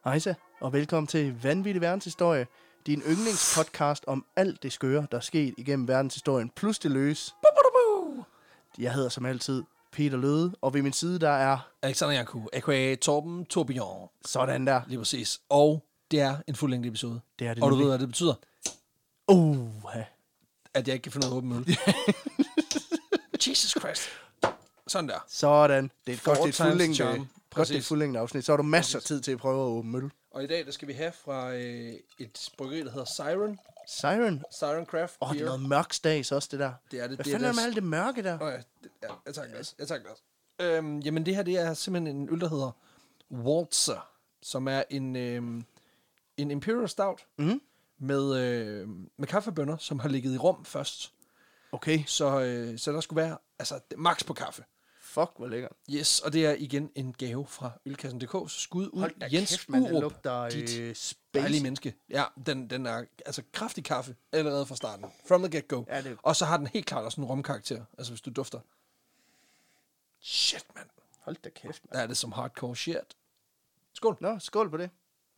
Hejsa, og velkommen til Vanvittig Verdenshistorie, din yndlingspodcast om alt det skøre, der er sket igennem verdenshistorien, plus det løs. Jeg hedder som altid Peter Løde, og ved min side der er... Alexander Janku, a.k.a. Torben Tourbillon. Sådan der. Lige præcis. Og det er en fuldlængde episode. Det er det og du nemlig. ved, hvad det betyder? At jeg ikke kan finde noget åbent møl. Jesus Christ. Sådan der. Sådan. Det er et godt, det er et times fuldlængde, charm. godt, det er et Præcis. fuldlængde afsnit. Så har du masser af tid til at prøve at åbne møl. Og i dag, der skal vi have fra et bryggeri, der hedder Siren. Siren Craft Beer. Det er noget mørksdags også, det der. Det er det. Hvad Det fanden er deres... med alt det mørke der? Jeg tager glas. Jamen, det her, det er simpelthen en øl, der hedder Waltzer, som er en Imperial Stout med kaffebønner, som har ligget i rum først. Okay. Så der skulle være max på kaffe. Fuck, hvor lækkert. Yes, og det er igen en gave fra Ølkassen.dk. Så skud ud Hold da Jens kæft, man, det Urup, lugter dit space. dejlige menneske. Ja, den er altså kraftig kaffe allerede fra starten. From the get-go. Ja, det... Og så har den helt klart også en romkarakter. Altså hvis du dufter. Shit, mand. Hold da kæft, mand. Der er det som hardcore shit. Skål. Nå, skål på det.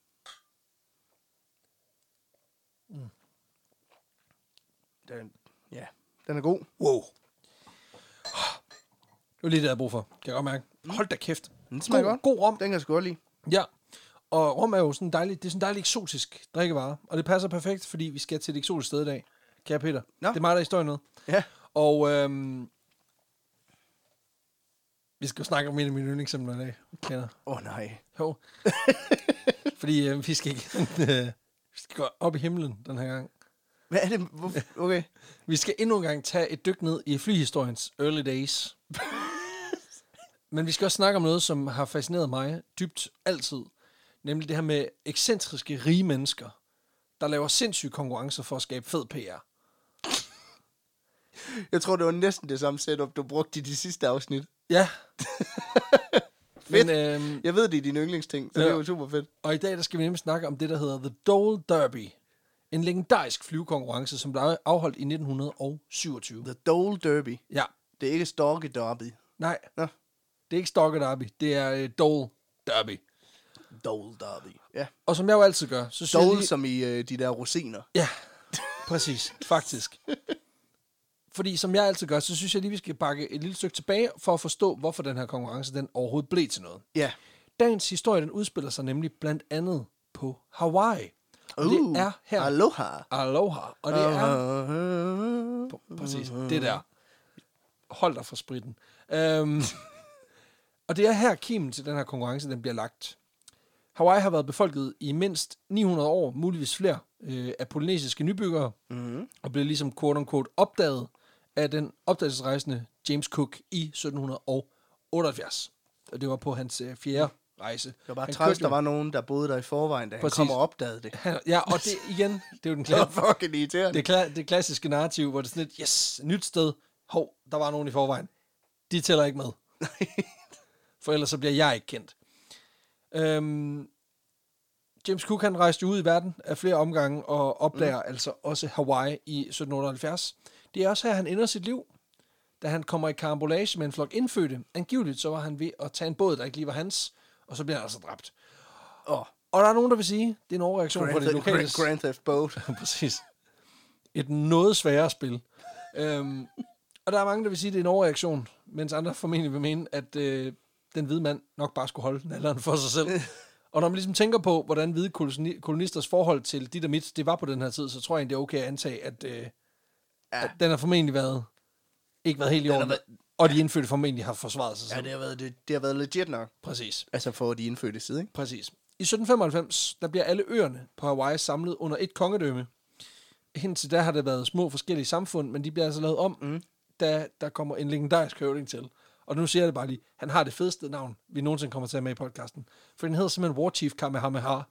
Den er god. Wow. Det var lige det, jeg havde brug for. Kan jeg godt mærke. Hold da kæft. Den smager godt. God rom. Den kan jeg sgu godt lide. Ja. Og rom er jo sådan dejligt, det er sådan en dejlig eksotisk drikkevare. Og det passer perfekt, fordi vi skal til et eksotisk sted i dag. Kære Peter. Nå. Det er mig, der er historien med. Ja. Og vi skal jo snakke om en af mine yndlingsemner i dag. Kender. Nej. Jo. Fordi vi skal gå op i himlen den her gang. Hvad er det? Okay. Vi skal endnu en gang tage et dyk ned i flyhistoriens early days. Men vi skal også snakke om noget, som har fascineret mig dybt altid. Nemlig det her med ekscentriske rige mennesker, der laver sindssyge konkurrencer for at skabe fed PR. Jeg tror, det var næsten det samme setup, du brugte i de sidste afsnit. Ja. Fedt. Men, Jeg ved, det er dine yndlingsting, så det er jo super fedt. og i dag der skal vi nemlig snakke om det, der hedder The Dole Derby. En legendarisk flyvekonkurrence, som blev afholdt i 1927. The Dole Derby. Ja. Det er ikke Storke Derby. Nej, Nå. det er ikke Stokke Derby, det er Dole Derby. Dole Derby. Ja. Og som jeg jo altid gør, så synes jeg Dole lige... som i de der rosiner. Ja, præcis, faktisk. Fordi som jeg altid gør, så synes jeg lige, vi skal bakke et lille stykke tilbage, for at forstå, hvorfor den her konkurrence, den overhovedet blev til noget. Ja. Dagens historie, den udspiller sig nemlig blandt andet på Hawaii. Og det er her... Aloha. Aloha. Og det er... Præcis, det der. Hold dig for spritten. Og det er her kimen til den her konkurrence, den bliver lagt. Hawaii har været befolket i mindst 900 år, muligvis flere, af polynesiske nybyggere, og blev ligesom quote-unquote opdaget af den opdagelsesrejsende James Cook i 1778. Og det var på hans fjerde rejse. Det var bare træls, der var nogen, der boede der i forvejen, da han kom og opdagede det. Ja, og det igen, det er jo den Det var fucking irriterende. det klassiske narrativ, hvor det er sådan lidt, yes, nyt sted. Hov, der var nogen i forvejen. De tæller ikke med. For ellers så bliver jeg ikke kendt. James Cook, han rejste ud i verden af flere omgange og opdager altså også Hawaii i 1778. Det er også her, han ender sit liv, da han kommer i karambolage med en flok indfødte. Angiveligt så var han ved at tage en båd, der ikke lige var hans, og så bliver han altså dræbt. Og der er nogen, der vil sige, det er en overreaktion på det lokale... Grand Theft Boat. Præcis. Et noget sværere spil. Og der er mange, der vil sige, det er en overreaktion, mens andre formentlig vil mene, at den hvide mand nok bare skulle holde nalderen for sig selv. Og når man ligesom tænker på, hvordan hvide kolonisters forhold til dit og mit, det var på den her tid, så tror jeg, det er okay at antage, at den har formentlig ikke været helt i orden. Og de indfødte formentlig har forsvaret sig selv. Ja, det har været legit nok. Præcis. Altså for de indfødte side, ikke? Præcis. I 1795, der bliver alle øerne på Hawaii samlet under et kongedømme. Indtil da har det været små forskellige samfund, men de bliver altså lavet om, da der kommer en legendarisk høvding til. Og nu siger jeg det bare lige, han har det fedeste navn, vi nogensinde kommer til at med i podcasten. For den hedder simpelthen War Chief Kamehameha.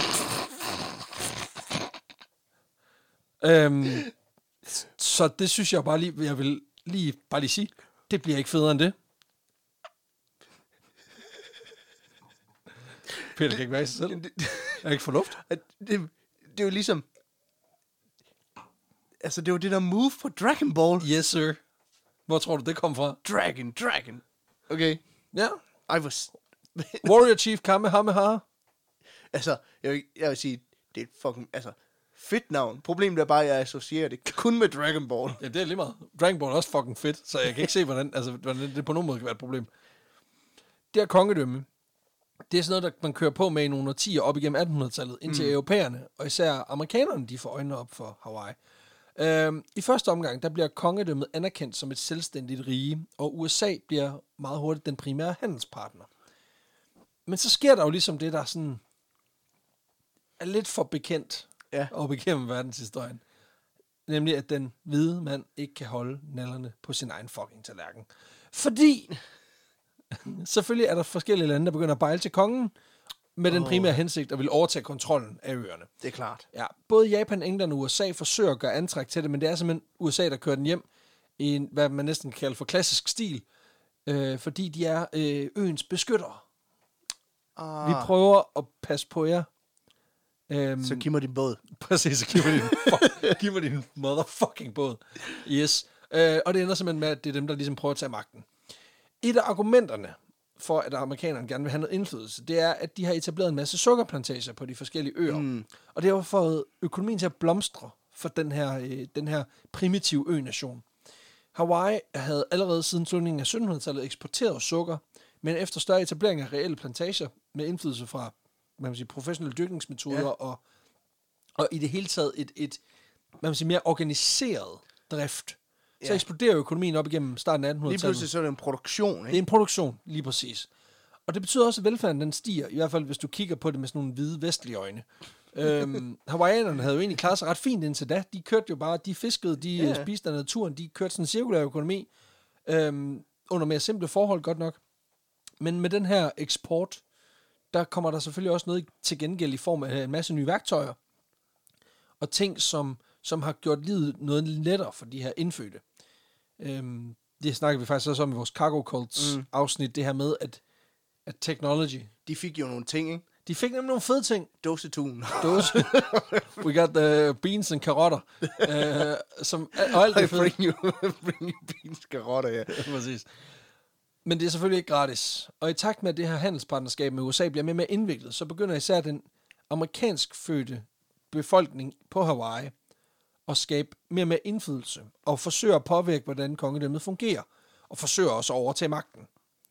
Så det synes jeg bare lige, jeg vil bare lige sige, det bliver ikke federe end det. Peter kan ikke være i sig selv. Jeg er ikke for luft. Det er jo ligesom... Altså, det var det der move på Dragon Ball. Yes, sir. Hvor tror du, det kom fra? Dragon. Okay. Ja. I was... Warrior Chief Kamehameha. Altså, jeg vil sige, det er et fucking, altså, fedt navn. Problemet er bare, at jeg associerer det kun med Dragon Ball. Ja, det er lige meget. Dragon Ball er også fucking fedt, så jeg kan ikke se, hvordan det på nogen måde kan være et problem. Det her kongedømme, det er sådan noget, der man kører på med i nogle årtier op igennem 1800-tallet, indtil europæerne, og især amerikanerne, de får øjnene op for Hawaii. I første omgang, der bliver kongedømmet anerkendt som et selvstændigt rige, og USA bliver meget hurtigt den primære handelspartner. Men så sker der jo ligesom det, der sådan er lidt for bekendt op igennem verdenshistorien. Nemlig, at den hvide mand ikke kan holde nallerne på sin egen fucking tallerken. Fordi selvfølgelig er der forskellige lande, der begynder at bejle til kongen, med den primære hensigt at vil overtage kontrollen af øerne. Det er klart. Ja. Både Japan, England og USA forsøger at gøre antræk til det, men det er simpelthen USA, der kører den hjem i en, hvad man næsten kan kalde for klassisk stil, fordi de er øens beskyttere. Vi prøver at passe på jer. Så giv mig din båd. Præcis, så giv mig din motherfucking båd. Yes. Og det ender simpelthen med, at det er dem, der ligesom prøver at tage magten. Et af argumenterne for, at amerikanerne gerne vil have noget indflydelse, det er, at de har etableret en masse sukkerplantager på de forskellige øer. Og det har fået økonomien til at blomstre for den her primitive ø-nation. Hawaii havde allerede siden slutningen af 1700-tallet eksporteret sukker, men efter større etablering af reelle plantager med indflydelse fra professionelle dyrkningsmetoder og i det hele taget et mere organiseret drift, så eksploderer økonomien op igennem starten af 1800-tallet. Lige pludselig så er det en produktion, ikke? Det er en produktion, lige præcis. Og det betyder også, at velfærden den stiger, i hvert fald hvis du kigger på det med sådan nogle hvide vestlige øjne. Hawaiianerne havde jo egentlig klaret sig ret fint indtil da. De kørte jo bare, de fiskede, de spiste af naturen, de kørte sådan en cirkulær økonomi under mere simple forhold, godt nok. Men med den her eksport, der kommer der selvfølgelig også noget til gengæld i form af en masse nye værktøjer, og ting, som har gjort livet noget lettere for de her indfødte. Det snakker vi faktisk også om i vores Cargo Cults afsnit, det her med, at technology... De fik jo nogle ting, ikke? De fik nemlig nogle fede ting. Dåsetun. We got the beans and karotter. Og alt det fede. Bring you beans, karotter, ja. Præcis. Men det er selvfølgelig ikke gratis. Og i takt med, at det her handelspartnerskab med USA bliver mere indviklet, så begynder især den amerikansk fødte befolkning på Hawaii at skabe mere indflydelse, og forsøger at påvirke, hvordan kongedømmet fungerer, og forsøger også at overtage magten.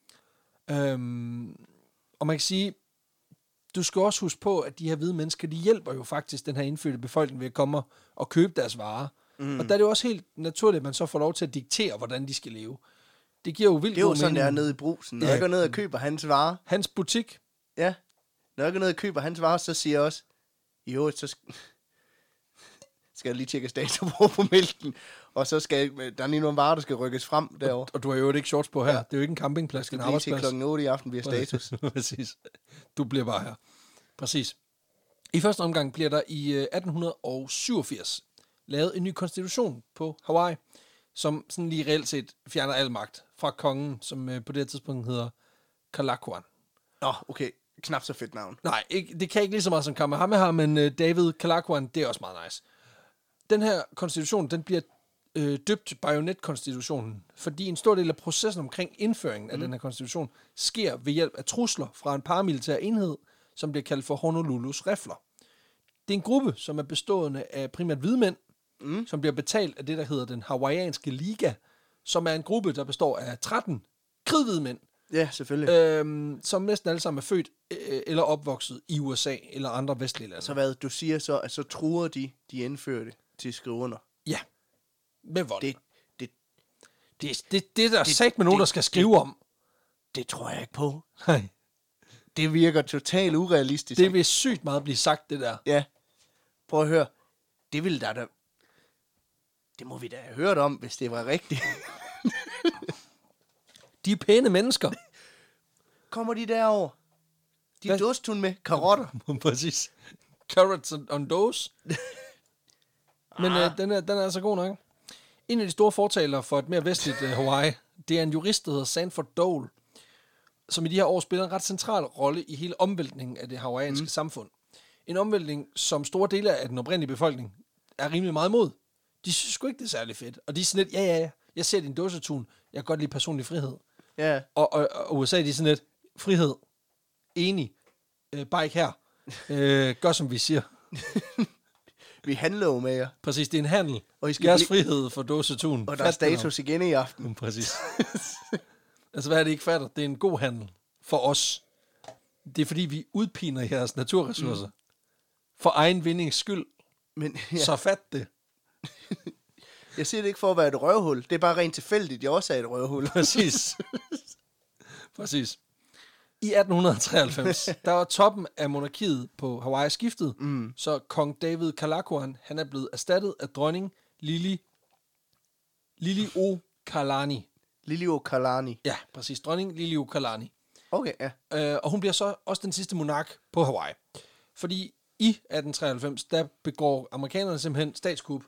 Og man kan sige, du skal også huske på, at de her hvide mennesker, de hjælper jo faktisk den her indfødte befolkning ved at komme og købe deres varer. Og der er det jo også helt naturligt, at man så får lov til at diktere, hvordan de skal leve. Det giver jo vildt god mening. Det er jo sådan, det er nede i Brugsen. Når jeg går ned og køber hans varer. Hans butik. Ja. Når jeg går ned og køber hans varer, så siger jeg også, jo, så skal jeg lige tjekke status på mælken. Og så skal der er lige nogle varer, der skal rykkes frem derovre. Og du har jo ikke shorts på her. Ja. Det er jo ikke en campingplads, det er en arbejdsplads. Til klokken 8 i aften bliver status. Præcis. Du bliver bare her. Præcis. I første omgang bliver der i 1887 lavet en ny konstitution på Hawaii, som sådan lige reelt set fjerner al magt fra kongen, som på det her tidspunkt hedder Kalakaua. Nå, okay. Knap så fedt navn. Nej, det kan ikke lige så meget som Kamehameha, men David Kalakaua, det er også meget nice. Den her konstitution, den bliver døbt Bajonet-konstitutionen, fordi en stor del af processen omkring indføringen af den her konstitution sker ved hjælp af trusler fra en paramilitær enhed, som bliver kaldt for Honolulus Rifler. Det er en gruppe, som er bestående af primært hvide mænd, som bliver betalt af det, der hedder den Hawaiianske Liga, som er en gruppe, der består af 13 kridhvide mænd. Ja, selvfølgelig. Som næsten alle sammen er født eller opvokset i USA eller andre vestlige lande. Så hvad, du siger så, at så truer de indførte til at skrive under? Ja, med vold. Det er der sagt med nogen, der skal skrive om. Det tror jeg ikke på. Nej. Det virker totalt urealistisk. Det vil sygt meget blive sagt, det der. Ja. Prøv at høre. Det ville der... Det må vi da have hørt om, hvis det var rigtigt. De er pæne mennesker. Kommer de derover? De er dåstun med karotter. Præcis. Carrots on dose. Men den er altså god nok. En af de store fortalere for et mere vestligt Hawaii, det er en jurist, der hedder Sanford Dole, som i de her år spiller en ret central rolle i hele omvæltningen af det hawaiianske samfund. En omvæltning, som store dele af den oprindelige befolkning er rimelig meget imod. De synes sgu ikke, det er særlig fedt. Og de er sådan lidt, ja, jeg ser din dåsetun, jeg kan godt lide personlig frihed. Ja. Og USA, de er sådan lidt, frihed, enig, bare ikke her. Gør, som vi siger. Vi handler jo med jer. Præcis, det er en handel. Og I skal Jeres frihed for dåsetun. Og der er status igen i aften. Præcis. Altså, hvad er det, I ikke fatter? Det er en god handel for os. Det er, fordi vi udpiner jeres naturressourcer. For egen vindings skyld. Men Så fat det. jeg siger det ikke for at være et røvhul. Det er bare rent tilfældigt, jeg også er et røvhul. Præcis. Præcis. I 1893, der var toppen af monarkiet på Hawaii skiftet, så kong David Kalakuan, han er blevet erstattet af dronning Liliuokalani. Liliuokalani. Ja, præcis. Dronning Liliuokalani. Okay, ja. Og hun bliver så også den sidste monark på Hawaii. Fordi i 1893, der begår amerikanerne simpelthen statskup.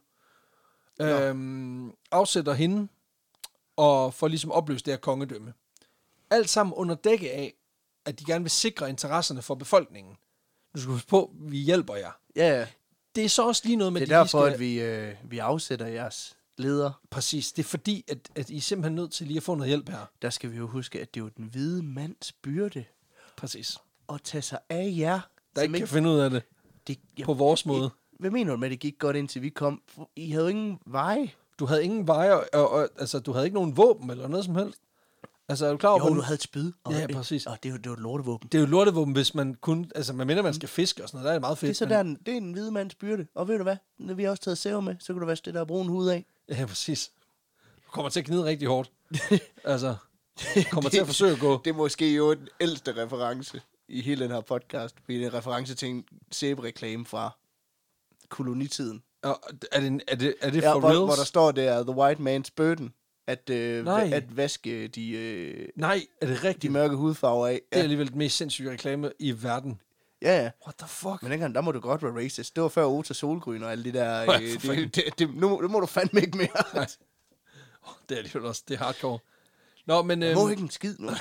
Afsætter hende og får ligesom opløst det her kongedømme. Alt sammen under dække af, at de gerne vil sikre interesserne for befolkningen. Du skal huske på, vi hjælper jer. Ja, Det er så også lige noget med, det er derfor, at vi afsætter jeres leder. Præcis, det er fordi, at I er simpelthen nødt til lige at få noget hjælp her. Der skal vi jo huske, at det er jo den hvide mands byrde Præcis. at tage sig af jer. Der ikke kan finde ud af det på vores måde. Hvad mener du med, at det gik godt indtil vi kom? I havde jo ingen veje. Du havde ingen veje, og altså, du havde ikke nogen våben eller noget som helst. Altså, er du klar over, Jo, du havde et spyd. Ja, præcis. Og det var et lortevåben. Det er jo et lortevåben, hvis man kun... Altså, man mener, man skal fiske og sådan noget. Der er det meget fedt. Det er så det er en hvide mands byrde. Og ved du hvad? Når vi har også taget sæve med, så kan du vaske det der brune hud af. Ja, præcis. Du kommer til at gnide rigtig hårdt. Altså, du kommer til at forsøge at gå... Det er måske jo den ældste reference i hele den her podcast. Det er en reference til en sæbereklame fra kolonitiden. Og er det Ja, for hvor reals? der står, det er the white man's burden. At vaske Nej, er det rigtigt? de mørke hudfarver af. Det er alligevel den mest sindssyge reklame i verden. Ja, ja. What the fuck? Men dengang, der må du godt være racist. Det var før Ota Solgryn og alle de der... Ja, for fanden. Nu må du fandme ikke mere. Nej. Det er alligevel også, det er hardcore. Nå, men... Jeg må ikke en skid nu.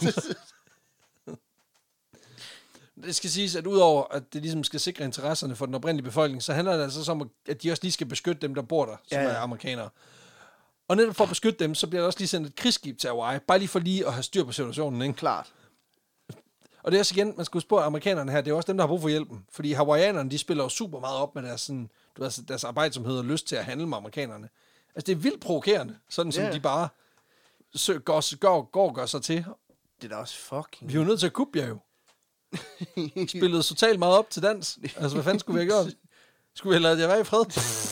Det skal siges, at udover at det ligesom skal sikre interesserne for den oprindelige befolkning, så handler det altså om, at de også lige skal beskytte dem, der bor der, som er amerikanere. Og netop for at beskytte dem, så bliver der også lige sendt et krigsskib til Hawaii, bare lige for lige at have styr på situationen, ikke? Klart. Og det er også igen, man skal huske på, at amerikanerne her, det er også dem, der har brug for hjælpen. Fordi hawaiianerne, de spiller jo super meget op med deres, sådan, du ved, deres arbejdsomhed og lyst til at handle med amerikanerne. Altså, det er vildt provokerende, sådan som de bare gør sig til. Det er da også fucking... Vi er jo nødt til at kuppe jer jo. Spillede totalt meget op til dans. Altså, hvad fanden skulle vi have gjort? Skulle vi have ladet jer være i fred?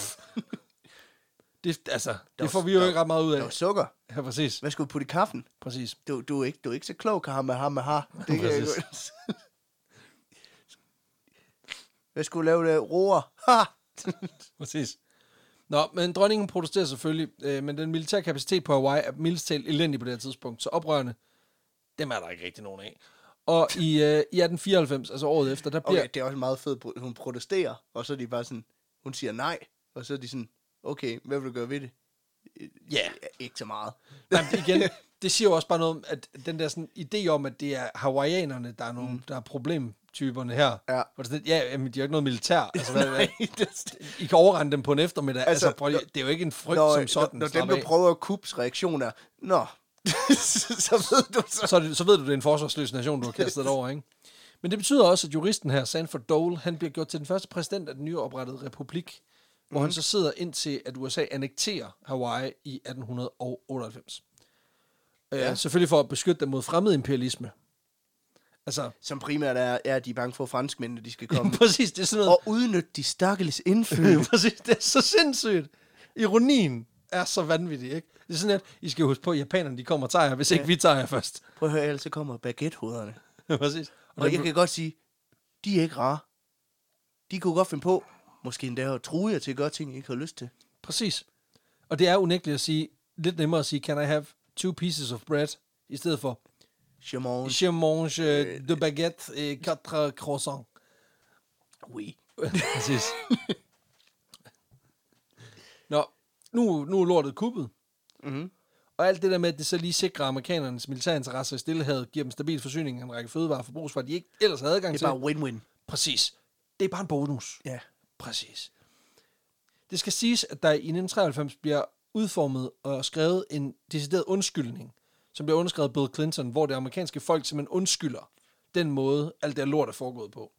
Det får vi jo ikke ret meget ud af. Der var sukker. Ja, præcis. Hvad skulle vi putte i kaffen? Præcis. Du er ikke så klog, kan ham med har. Det kan jeg godt. Hvad skulle du lave det? Roer? Ha! Præcis. Nå, men dronningen protesterer selvfølgelig, men den militære kapacitet på Hawaii er mildest talt elendig på det her tidspunkt, så oprørende, dem er der ikke rigtig nogen af. Og i 1894, altså året efter, der bliver... Okay, det er også meget fedt. Hun protesterer, og så er de bare sådan, hun siger nej, og så er de sådan, okay, hvad vil du gøre ved det? Ja. Ikke så meget. Nej, igen, det siger jo også bare noget om, at den der sådan idé om, at det er hawaiianerne, der er nogle, der er problemtyperne her. Ja. Hvor det sådan, jamen, de har jo ikke noget militær. Altså, hvad, I kan overrende dem på en eftermiddag. Altså, det er jo ikke en frygt som sådan. Når dem, der prøver at kubs reaktion er, så ved du så. Så ved du, det er en forsvarsløs nation, du har kastet over, ikke? Men det betyder også, at juristen her, Sanford Dole, han bliver gjort til den første præsident af den nyoprettede republik, hvor han så sidder indtil, at USA annekterer Hawaii i 1898. Ja. Selvfølgelig for at beskytte dem mod fremmed imperialisme. Altså, Som primært er, at de er bange for, at franskmændene de skal komme. præcis, det er sådan noget. Og udnytte de stakkels indfødte. Præcis, det er så sindssygt. Ironien er så vanvittig, ikke? Det er sådan, at I skal huske på, at japanerne de kommer og tager jer, hvis ikke vi tager jer først. Prøv at høre, ellers så kommer baguettehovederne. Præcis. Og jeg kan godt sige, de er ikke rare. De kunne godt finde på, måske endda at true jer til at gøre ting, I ikke har lyst til. Præcis. Og det er unægteligt at sige, lidt nemmere at sige, can I have 2 pieces of bread, i stedet for, je mange de baguette et 4 croissants. Oui. Præcis. Nå, nu er lortet kuppet. Mm-hmm. Og alt det der med, at det så lige sikrer amerikanernes militærinteresser i Stillehavet, giver dem stabil forsyning af en række fødevarer og forbrugsvarer, de ikke ellers havde adgang til. Det er bare win-win. Præcis. Det er bare en bonus. Ja. Præcis. Det skal siges, at der i 1993 bliver udformet og skrevet en decideret undskyldning, som bliver underskrevet af Bill Clinton, hvor det amerikanske folk simpelthen undskylder den måde, alt det her lort er foregået på.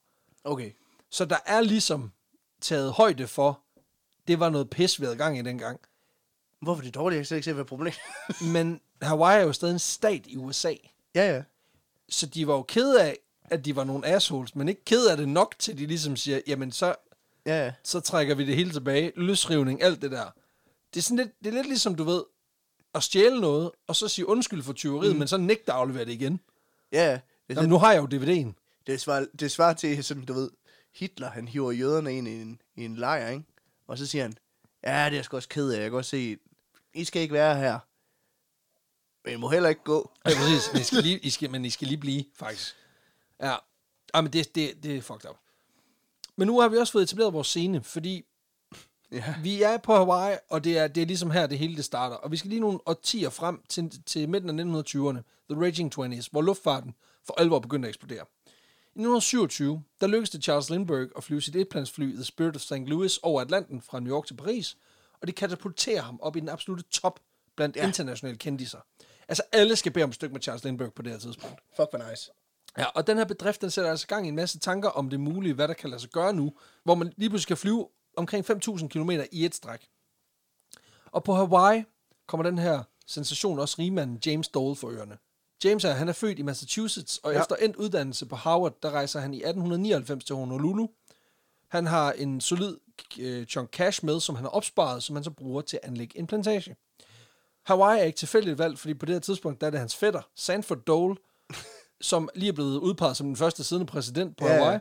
Okay. Så der er ligesom taget højde for, det var noget pis, vi havde gang i dengang. Hvorfor det er dårligt? Jeg kan slet ikke se, hvad problemet Men Hawaii er jo stadig en stat i USA. Ja. Så de var jo kede af, at de var nogle assholes, men ikke kede af det nok til, de ligesom siger, jamen så trækker vi det hele tilbage. Løsrivning, alt det der. Det er, sådan lidt, det er lidt ligesom, du ved, at stjæle noget, og så sige undskyld for tyveriet, men så nægte at aflevere det igen. Ja. Jamen, nu har jeg jo DVD'en. Det svarer til, sådan, du ved, Hitler, han hiver jøderne ind i en lejr, ikke? Og så siger han, ja, det er jeg sgu også ked af. Jeg kan godt se, I skal ikke være her. Men I må heller ikke gå. Ja, præcis. Men I skal lige blive, faktisk. Ja. Men det er fucked up. Men nu har vi også fået etableret vores scene, fordi vi er på Hawaii, og det er ligesom her, det hele det starter. Og vi skal lige nogle årtier frem til midten af 1920'erne, The Raging 20s, hvor luftfarten for alvor begyndte at eksplodere. I 1927, der lykkedes det Charles Lindbergh at flyve sit etplansfly The Spirit of St. Louis over Atlanten fra New York til Paris, og det katapulterer ham op i den absolute top blandt internationale kendiser. Altså alle skal bede om et stykke med Charles Lindbergh på det her tidspunkt. Fuck, hvor nice. Ja, og den her bedrift, den sætter altså gang i en masse tanker om det mulige, hvad der kan lade sig gøre nu, hvor man lige pludselig kan flyve omkring 5.000 kilometer i et stræk. Og på Hawaii kommer den her sensation også rigmanden James Dole for ørerne. James han er født i Massachusetts, og efter endt uddannelse på Harvard, der rejser han i 1899 til Honolulu. Han har en solid chunk cash med, som han har opsparet, som han så bruger til at anlægge en plantage. Hawaii er ikke tilfældigt valgt, fordi på det her tidspunkt, der er det hans fætter, Sanford Dole, som lige er blevet udpeget som den første siddende præsident på Hawaii.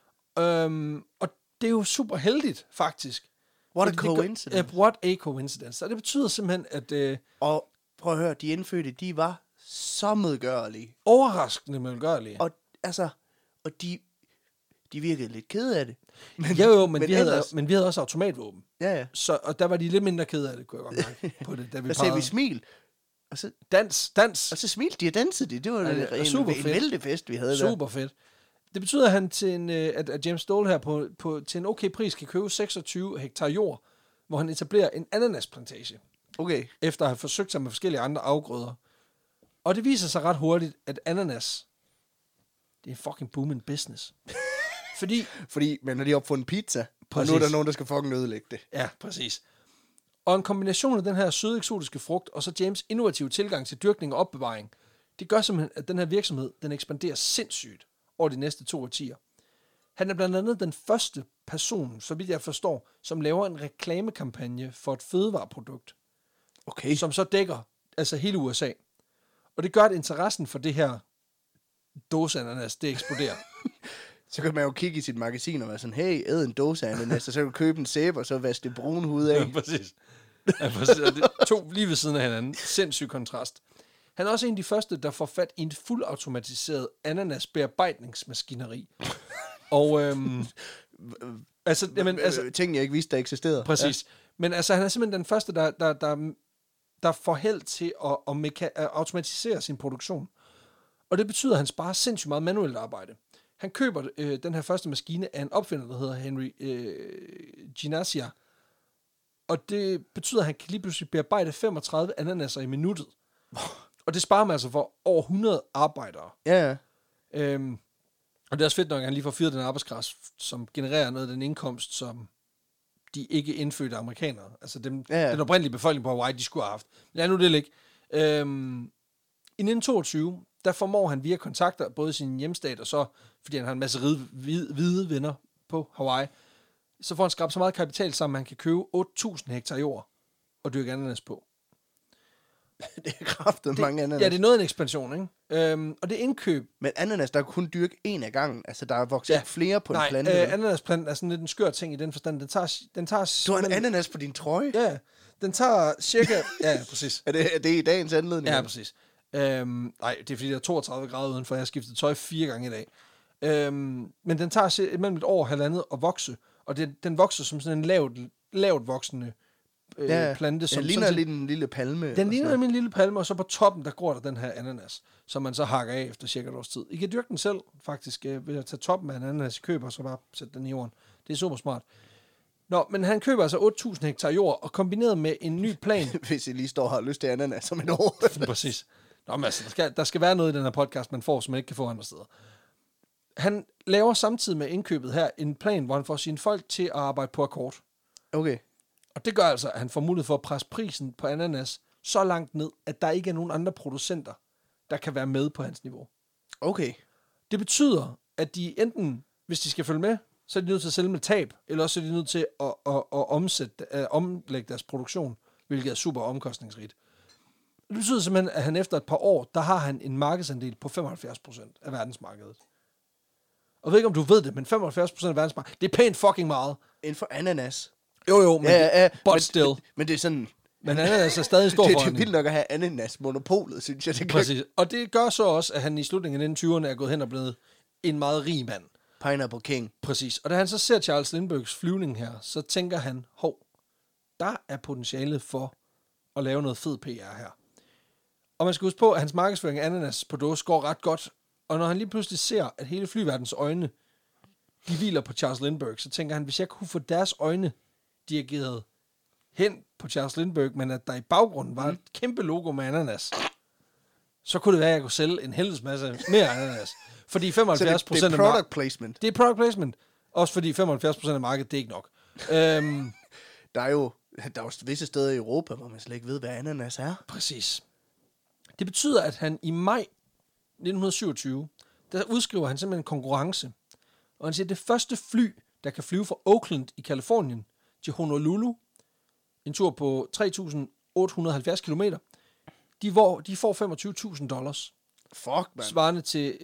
Og det er jo super heldigt, faktisk. What a coincidence. What a coincidence. Og det betyder simpelthen, at... og prøv at høre, de indfødte, de var så medgørlige. Overraskende medgørlige. Og de virkede lidt kede af det. Men vi havde også automatvåben. Ja. Og der var de lidt mindre kede af det, kunne jeg godt mærke på det. Da vi sagde vi smil. Og så, dans. Og så smilte de og dansede de. Det var en vældig fest, vi havde super fedt. Det betyder, at han at James Dole her til en okay pris kan købe 26 hektar jord, hvor han etablerer en ananasplantage. Okay. Efter at have forsøgt sig med forskellige andre afgrøder. Og det viser sig ret hurtigt, at ananas, det er fucking booming business. Fordi men når de har opfundet pizza, og nu er der nogen, der skal fucking ødelægge det. Ja, præcis. Og en kombination af den her søde eksotiske frugt, og så James' innovative tilgang til dyrkning og opbevaring, det gør simpelthen, at den her virksomhed, den ekspanderer sindssygt over de næste 2 årtier. Han er blandt andet den første person, så vidt jeg forstår, som laver en reklamekampagne for et fødevareprodukt. Okay. Som så dækker altså hele USA. Og det gør, at interessen for det her dåseananas, det eksploderer. Så kan man jo kigge i sit magasin og være sådan, hey, æd en dåse ananas, og så kan du købe en sæbe, og så vaske det brune hud af. Ja, præcis. Og det 2 lige ved siden af hinanden. Sindssyg kontrast. Han er også en af de første, der får fat i en fuldautomatiseret ananasbearbejdningsmaskineri. Og ting, jeg ikke vidste, der eksisterede. Præcis. Ja. Men altså, han er simpelthen den første, der får held til at automatisere sin produktion. Og det betyder, at han sparer sindssygt meget manuelt arbejde. Han køber den her første maskine af en opfinder, der hedder Henry Ginassia. Og det betyder, at han kan lige pludselig bearbejde 35 ananaser i minuttet. Og det sparer man altså for over 100 arbejdere. Ja. Og det er også fedt nok, at han lige får fyret den arbejdskraft, som genererer noget af den indkomst, som de ikke indfødte amerikanere, altså den oprindelige befolkning på Hawaii, de skulle have haft. Lad nu det ligge. I 1922, der formår han via kontakter både sin hjemstat, og så, fordi han har en masse hvide venner på Hawaii, så får han skrabt så meget kapital sammen, at han kan købe 8.000 hektar jord og dyrke ananas på. Det er kraftigt mange ananas. Ja, det er noget af en ekspansion, ikke? Og det indkøb... Men ananas, der kun dyrke en af gangen. Altså, der er vokset flere på en plante. Nej, ananasplanten er sådan lidt en skør ting i den forstand. Den tager du har en ananas på din trøje? Ja, den tager cirka... Ja, præcis. er det i dagens anledning? Ja, præcis. Nej, det er fordi, der er 32 grader udenfor. Jeg har skiftet tøj 4 gange i dag. Men den tager mellem et år og halvandet at vokse. Og den vokser som sådan en lavt voksende plante. Som den ligner lidt en lille palme. Den ligner en lille palme, og så på toppen, der går der den her ananas, som man så hakker af efter cirka et års tid. I kan dyrke den selv, faktisk, ved at tage toppen af en ananas i køber, og så bare sætte den i jorden. Det er super smart. Nå, men han køber altså 8.000 hektar jord, og kombineret med en ny plan... Hvis I lige står og har lyst til ananas om et år. Præcis. Nå, men altså, der skal være noget i den her podcast, man får, som man ikke kan få andre steder. Han laver samtidig med indkøbet her en plan, hvor han får sine folk til at arbejde på akkord. Okay. Og det gør altså, at han får mulighed for at presse prisen på ananas så langt ned, at der ikke er nogen andre producenter, der kan være med på hans niveau. Okay. Det betyder, at de enten, hvis de skal følge med, så er de nødt til at sælge med tab, eller også er de nødt til at omlægge deres produktion, hvilket er super omkostningsrigt. Det betyder simpelthen, at han efter et par år, der har han en markedsandel på 75% af verdensmarkedet. Og jeg ved ikke, om du ved det, men 75% af verdensmarkedet, det er pænt fucking meget. Inden for ananas. Jo, men, but still. Men det er sådan... Men ananas er stadig stor det er forretning. vildt nok at have ananas-monopolet, synes jeg. Præcis. Og det gør så også, at han i slutningen af 1920'erne er gået hen og blevet en meget rig mand. Pineapple King. Præcis. Og da han så ser Charles Lindberghs flyvning her, så tænker han, der er potentiale for at lave noget fed PR her. Og man skal huske på, at hans markedsføring af ananas på dåse går ret godt. Og når han lige pludselig ser, at hele flyverdens øjne, de hviler på Charles Lindbergh, så tænker han, hvis jeg kunne få deres øjne dirigeret hen på Charles Lindbergh, men at der i baggrunden var et kæmpe logo med ananas, så kunne det være, at jeg kunne sælge en helvedes masse mere ananas. Fordi 75% det er product placement. Det er product placement. Også fordi 75% af markedet, det er ikke nok. Der er jo visse steder i Europa, hvor man slet ikke ved, hvad ananas er. Præcis. Det betyder, at han i maj 1927, der udskriver han simpelthen en konkurrence. Og han siger, at det første fly, der kan flyve fra Oakland i Kalifornien til Honolulu, en tur på 3.870 kilometer, de får $25,000. Fuck, man. Svarende til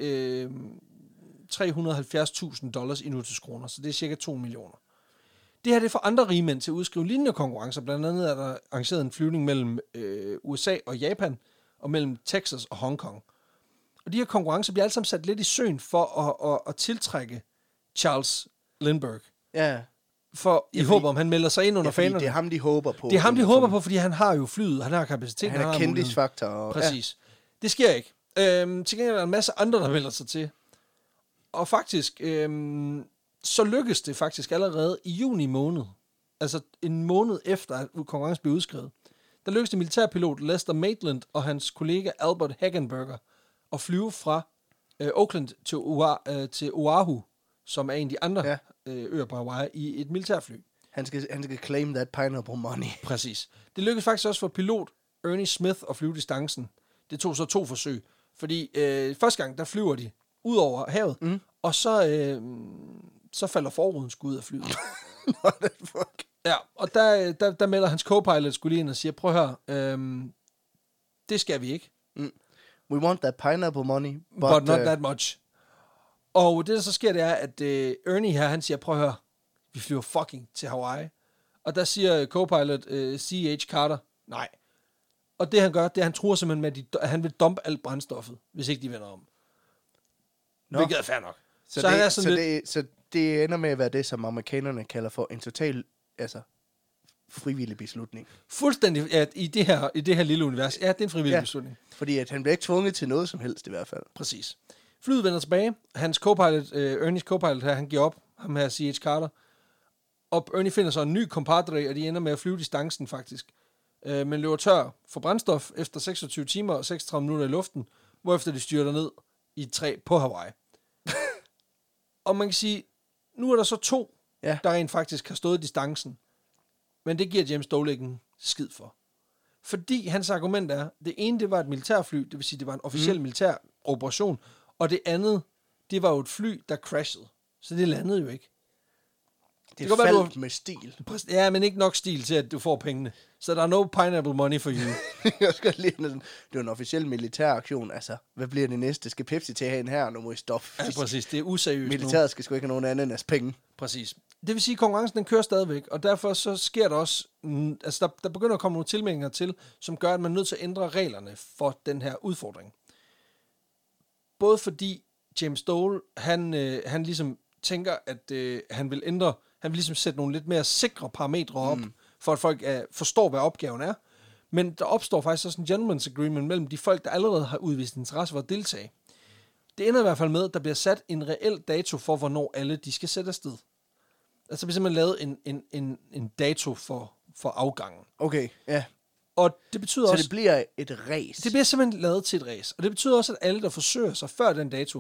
$370,000 i nutids kroner, så det er cirka 2 millioner. Det her det er for andre rigmænd til at udskrive lignende konkurrencer. Blandt andet er der arrangeret en flyvning mellem USA og Japan, og mellem Texas og Hongkong. Og de her konkurrencer bliver alle sammen sat lidt i søen for at tiltrække Charles Lindbergh. Ja. I håb om, han melder sig ind under fanerne. Det er ham, de håber på. Det er ham, de håber på, fordi han har jo flyet, han har kapacitet. Han har kendisfaktor. Præcis. Ja. Det sker ikke. Til gengæld er der en masse andre, der melder sig til. Og faktisk, så lykkes det faktisk allerede i juni måned, altså en måned efter, at konkurrencen blev udskrevet, der lykkedes det militærpilot Lester Maitland og hans kollega Albert Hagenberger at flyve fra Oakland til Oahu, som er en af de andre øer på Hawaii, i et militærfly. Han skal claim that pineapple money. Præcis. Det lykkedes faktisk også for pilot Ernie Smith at flyve distancen. Det tog så 2 forsøg, fordi første gang, der flyver de ud over havet, og så falder forruden skud af flyet. What the fuck? Ja, og der melder hans co-pilot skulle lige ind og siger, prøv at høre, det skal vi ikke. We want that pineapple money, but not that much. Og det, der så sker, det er, at Ernie her, han siger, prøv at høre, vi flyver fucking til Hawaii. Og der siger co-pilot C.H. Carter, nej. Og det han gør, det er, han truer simpelthen med, at han vil dumpe alt brændstoffet, hvis ikke de vender om. Hvilket er fair nok. Så det ender med at være det, som amerikanerne kalder for en total, frivillig beslutning. Fuldstændig, ja, i det her lille univers. Ja, det er en frivillig beslutning. Fordi at han bliver ikke tvunget til noget som helst i hvert fald. Præcis. Flyet vender tilbage. Hans co-pilot, Ernies co-pilot her, han giver op. Ham her, C.H. Carter. Og Ernie finder så en ny compadre, og de ender med at flyve distancen faktisk. Men løber tør for brændstof efter 26 timer og 36 minutter i luften, hvorefter de styrter ned i et træ på Hawaii. Og man kan sige, nu er der så 2, der rent faktisk har stået distancen. Men det giver James Dole ikke en skid for. Fordi hans argument er, det ene, det var et militærfly, det vil sige, det var en officiel militær operation, og det andet, det var jo et fly, der crashede. Så det landede jo ikke. Det faldt med stil. Ja, men ikke nok stil til, at du får pengene. Så der er no pineapple money for you. Jeg skal lige det er en officiel militær aktion. Altså, hvad bliver det næste? Skal Pepsi til at have en her? Nu må I stoppe. Ja, præcis. Det er useriøst. Militæret skal sgu ikke have nogen ananas penge. Præcis. Det vil sige, at konkurrencen den kører stadigvæk, og derfor så sker der også, altså der begynder at komme nogle tilmeldinger til, som gør, at man er nødt til at ændre reglerne for den her udfordring. Både fordi James Dole, han ligesom tænker, at han vil ligesom sætte nogle lidt mere sikre parametre op, for at folk forstår, hvad opgaven er. Men der opstår faktisk også en gentleman's agreement mellem de folk, der allerede har udvist interesse for at deltage. Det ender i hvert fald med, at der bliver sat en reel dato for, hvornår alle de skal sætte afsted. Altså, vi simpelthen lavet en dato for afgangen. Okay, ja. Og det betyder så også... det bliver et race? Det bliver simpelthen lavet til et race. Og det betyder også, at alle, der forsøger sig før den dato,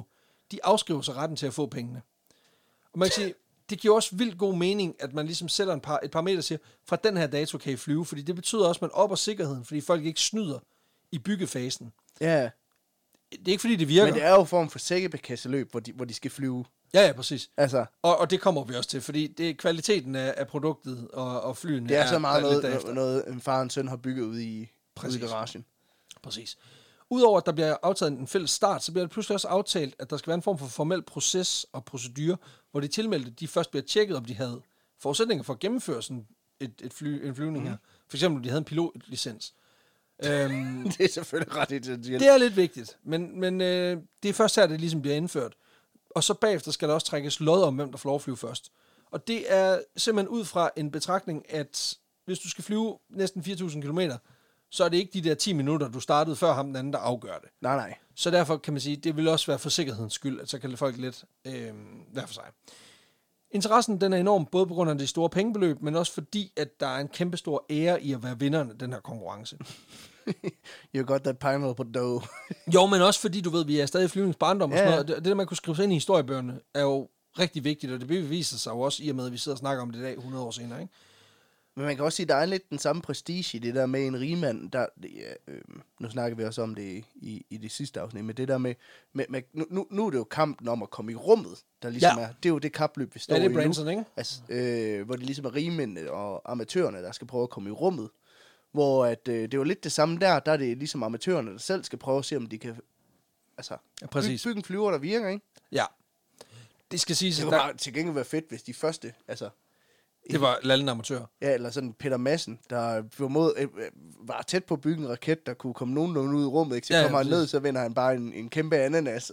de afskriver sig retten til at få pengene. Og man kan sige, det giver også vildt god mening, at man ligesom sætter et par meter og siger, fra den her dato kan I flyve, fordi det betyder også, at man opper sikkerheden, fordi folk ikke snyder i byggefasen. Ja. Det er ikke fordi, det virker. Men det er jo en form for sækkebekasteløb, hvor de skal flyve. Ja, præcis. Altså. Og det kommer vi også til, fordi det er kvaliteten af produktet og flyene. Det er så meget noget en far og en søn har bygget ude i garagen. Præcis. Udover at der bliver aftalt en fælles start, så bliver det pludselig også aftalt, at der skal være en form for formel proces og procedure, hvor de tilmeldte, de først bliver tjekket, om de havde forudsætninger for at gennemføre sådan en flyvning her. For eksempel, om de havde en pilotlicens. Det er selvfølgelig ret essentielt. Det er lidt vigtigt, men det er først her, det ligesom bliver indført. Og så bagefter skal der også trækkes lod om, hvem der får lov at flyve først. Og det er simpelthen ud fra en betragtning, at hvis du skal flyve næsten 4.000 kilometer, så er det ikke de der 10 minutter, du startede før ham den anden, der afgør det. Nej. Så derfor kan man sige, det vil også være for sikkerhedens skyld, at så kan folk lidt være for sig. Interessen den er enorm, både på grund af de store pengebeløb, men også fordi, at der er en kæmpe stor ære i at være vinderne af den her konkurrence. You got that pineapple dough. Jo, men også fordi, du ved, vi er stadig i flyvningsbarndom og sådan noget. Det der, man kunne skrive sig ind i historiebøgerne, er jo rigtig vigtigt, og det beviser sig jo også i og med, at vi sidder og snakker om det i dag 100 år senere, ikke? Men man kan også sige, at der er lidt den samme prestige i det der med en rigmand, der, nu snakker vi også om det i det sidste afsnit, men det der med nu er det jo kampen om at komme i rummet, der ligesom er, det er jo det kapløb, vi står i nu. Ja, det er Branson, ikke? Altså, hvor det ligesom er rigmændene og amatørerne, der skal prøve at komme i rummet, hvor at, det er jo lidt det samme der er det ligesom amatørerne, der selv skal prøve at se, om de kan bygge en flyver, der virker, ikke? Ja. Det skal siges, det kunne bare til gengæld være fedt, hvis de første, det var lallende amatør. Ja, eller sådan Peter Madsen, der var tæt på at bygge en raket, der kunne komme nogenlunde ud i rummet. Ikke? Så kommer han ned, så vender han bare en kæmpe ananas.